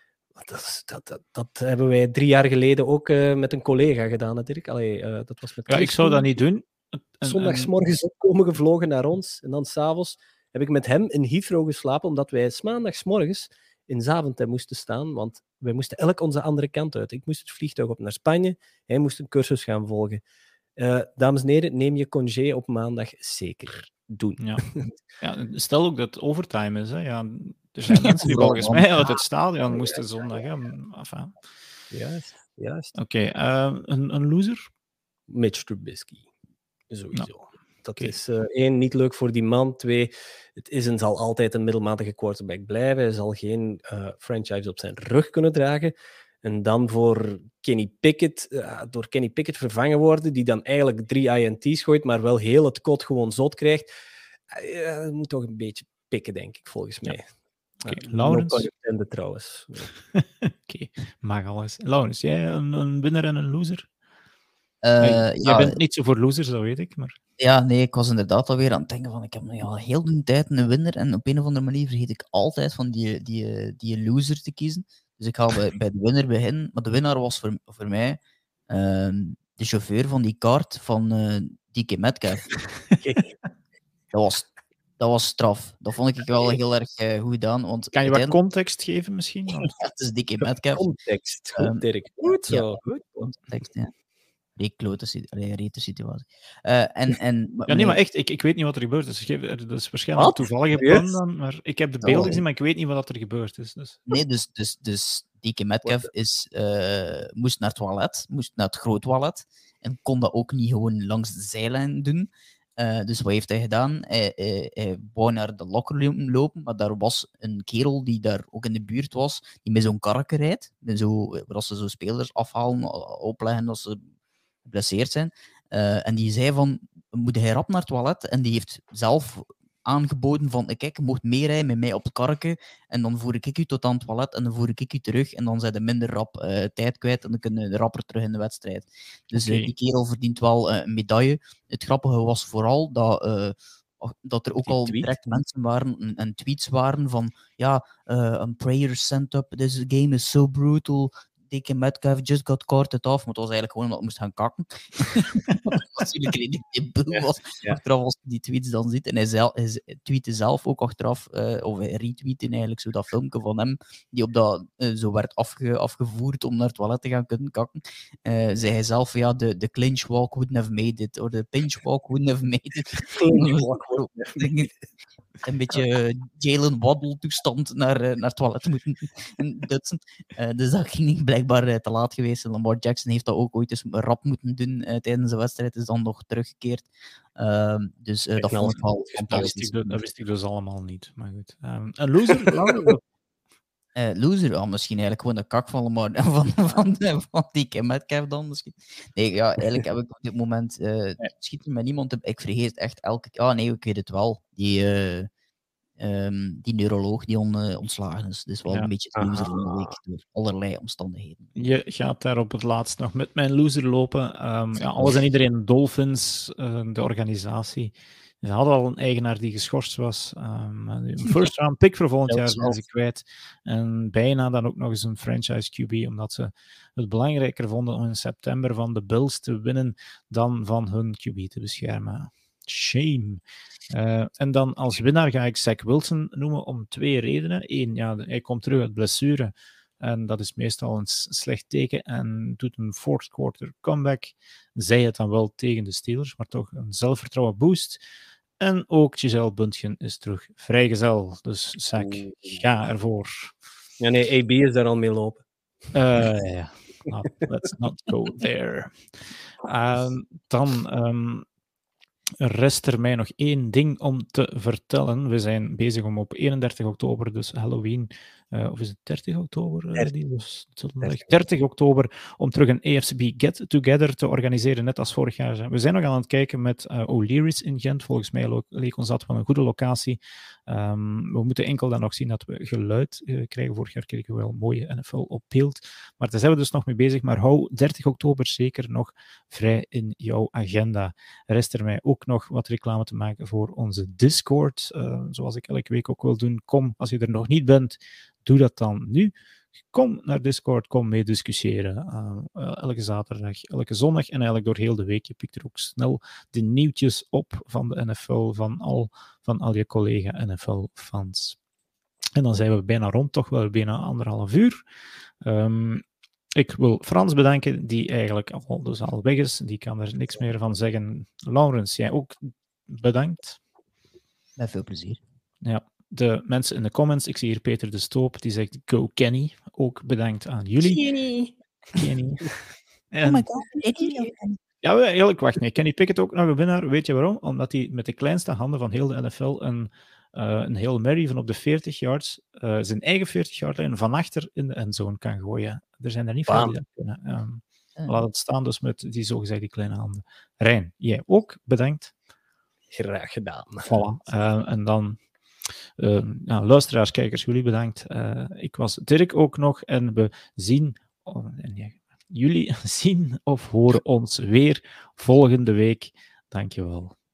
Dat hebben wij 3 jaar geleden ook met een collega gedaan, Dirk. Dat was met ik zou dat niet doen. Zondagsmorgens opkomen gevlogen naar ons en dan s'avonds heb ik met hem in Heathrow geslapen, omdat wij 's maandagsmorgens in Zaventem moesten staan, want wij moesten elk onze andere kant uit. Ik moest het vliegtuig op naar Spanje, hij moest een cursus gaan volgen. Dames en heren, neem je congé op maandag zeker doen. Ja, stel ook dat het overtime is. Hè. Ja, er zijn mensen die volgens mij uit het stadion moesten zondag. Enfin. Juist. Oké, een loser? Mitch Trubisky. Sowieso. Dat is 1, niet leuk voor die man. 2, het is en zal altijd een middelmatige quarterback blijven. Hij zal geen franchise op zijn rug kunnen dragen. En dan voor Kenny Pickett, door Kenny Pickett vervangen worden, die dan eigenlijk 3 INT's gooit, maar wel heel het kot gewoon zot krijgt. Dat moet toch een beetje pikken, denk ik, volgens mij. Laurens? Trouwens. Oké, mag alles. Laurens, jij een winnaar en een loser? Jij bent niet zo voor losers, dat weet ik, maar... Ja, nee, ik was inderdaad alweer aan het denken van, ik heb nu al heel de tijd een winnaar en op een of andere manier vergeet ik altijd van die loser te kiezen. Dus ik ga bij de winnaar beginnen. Maar de winnaar was voor mij de chauffeur van die kaart van DK Metcalf. Dat was straf. Dat vond ik wel heel erg goed gedaan. Want kan je wat context geven misschien? Ja, het is DK Metcalf. Context, goed Dirk. Goed zo. Ja, goed context, ja. Rete situatie. Maar echt, ik weet niet wat er gebeurd is. Dat is waarschijnlijk toevallige plan dan, maar ik heb de beelden gezien, maar ik weet niet wat er gebeurd is. Dus. Nee, dus DK Metcalf moest naar het toilet, moest naar het groot toilet, en kon dat ook niet gewoon langs de zijlijn doen. Dus wat heeft hij gedaan? Hij wou naar de locker lopen, maar daar was een kerel die daar ook in de buurt was, die met zo'n karretje rijdt, waar ze zo spelers afhalen, opleggen als ze geblesseerd zijn. En die zei van, moet hij rap naar het toilet? En die heeft zelf aangeboden van, kijk, je mocht meerijden met mij op het karretje en dan voer ik u tot aan het toilet en dan voer ik u terug en dan zijn de minder rap tijd kwijt en dan kunnen we rapper terug in de wedstrijd. Dus die kerel verdient wel een medaille. Het grappige was vooral dat er ook al direct mensen waren en tweets waren van een prayer sent up, this game is so brutal, DK Metcalf just got carted off, maar het was eigenlijk gewoon omdat hij moest gaan kakken. Wat natuurlijk redelijk debiel was. Achteraf als je die tweets dan ziet, en hij tweette zelf ook achteraf, of hij retweette eigenlijk zo dat filmpje van hem, die op dat zo werd afgevoerd om naar het toilet te gaan kunnen kakken, zei hij zelf, de clinch walk wouldn't have made it, of the pinch walk wouldn't have made it. een beetje Jalen Waddle toestand naar het toilet moeten dutsen. Dus dat ging niet blijkbaar te laat geweest. Lamar Jackson heeft dat ook ooit eens rap moeten doen tijdens de wedstrijd. Is dan nog teruggekeerd. Dus dat vond ik wel fantastisch. Dat wist ik dus allemaal niet. Maar goed. Een loser? Loser, misschien eigenlijk gewoon de kak van Lamar van DK Metcalf dan misschien. Nee, ja, eigenlijk heb ik op dit moment schiet er met niemand op. Ik vergeet echt elke keer. Nee, ik weet het wel. Die neuroloog die ontslagen is. Dus wel een beetje de loser van de week door allerlei omstandigheden. Je gaat daar op het laatst nog met mijn loser lopen. Alles en iedereen, Dolphins, de organisatie. Ze hadden al een eigenaar die geschorst was. Een first round pick voor volgend jaar zijn ze kwijt. En bijna dan ook nog eens een franchise QB, omdat ze het belangrijker vonden om in september van de Bills te winnen dan van hun QB te beschermen. Shame. En dan als winnaar ga ik Zach Wilson noemen om 2 redenen. 1, hij komt terug uit blessure. En dat is meestal een slecht teken en doet een fourth quarter comeback. Zij het dan wel tegen de Steelers, maar toch een zelfvertrouwen boost. En ook Giselle Bundchen is terug vrijgezel. Dus Zach, ga ervoor. Ja, nee, AB is daar al mee lopen. Let's not go there. Dan rest er mij nog 1 ding om te vertellen. We zijn bezig om op 31 oktober, dus Halloween, of is het 30 oktober? 30 oktober, om terug een AFCB Get-Together te organiseren, net als vorig jaar. We zijn nog aan het kijken met O'Leary's in Gent. Volgens mij leek ons dat wel een goede locatie. We moeten enkel dan nog zien dat we geluid krijgen. Vorig jaar kregen we wel mooie NFL op beeld. Maar daar zijn we dus nog mee bezig. Maar hou 30 oktober zeker nog vrij in jouw agenda. Rest er mij ook nog wat reclame te maken voor onze Discord. Zoals ik elke week ook wil doen. Kom, als je er nog niet bent, doe dat dan nu. Kom naar Discord, kom mee discussiëren. Elke zaterdag, elke zondag en eigenlijk door heel de week. Je pikt er ook snel de nieuwtjes op van de NFL, van al je collega NFL-fans. En dan zijn we bijna rond, toch wel bijna 1,5 uur. Ik wil Frans bedanken, die eigenlijk al weg is. Die kan er niks meer van zeggen. Laurens, jij ook bedankt. Met veel plezier. Ja, de mensen in de comments. Ik zie hier Peter de Stoop, die zegt go Kenny. Ook bedankt aan jullie. Kenny. Oh my god, ja, eigenlijk, wacht, nee. Kenny Pickett ook nog een winnaar. Weet je waarom? Omdat hij met de kleinste handen van heel de NFL een Hail Mary van op de 40 yards, zijn eigen 40 yard lijn van achter in de endzone kan gooien. Er zijn er niet veel die dat kunnen. Laat het staan dus met die zogezegde kleine handen. Rijn, jij ook bedankt. Graag gedaan. Voilà. En dan luisteraars, kijkers, jullie bedankt. Ik was Dirk ook nog en we zien... jullie zien of horen ons weer volgende week. Dankjewel.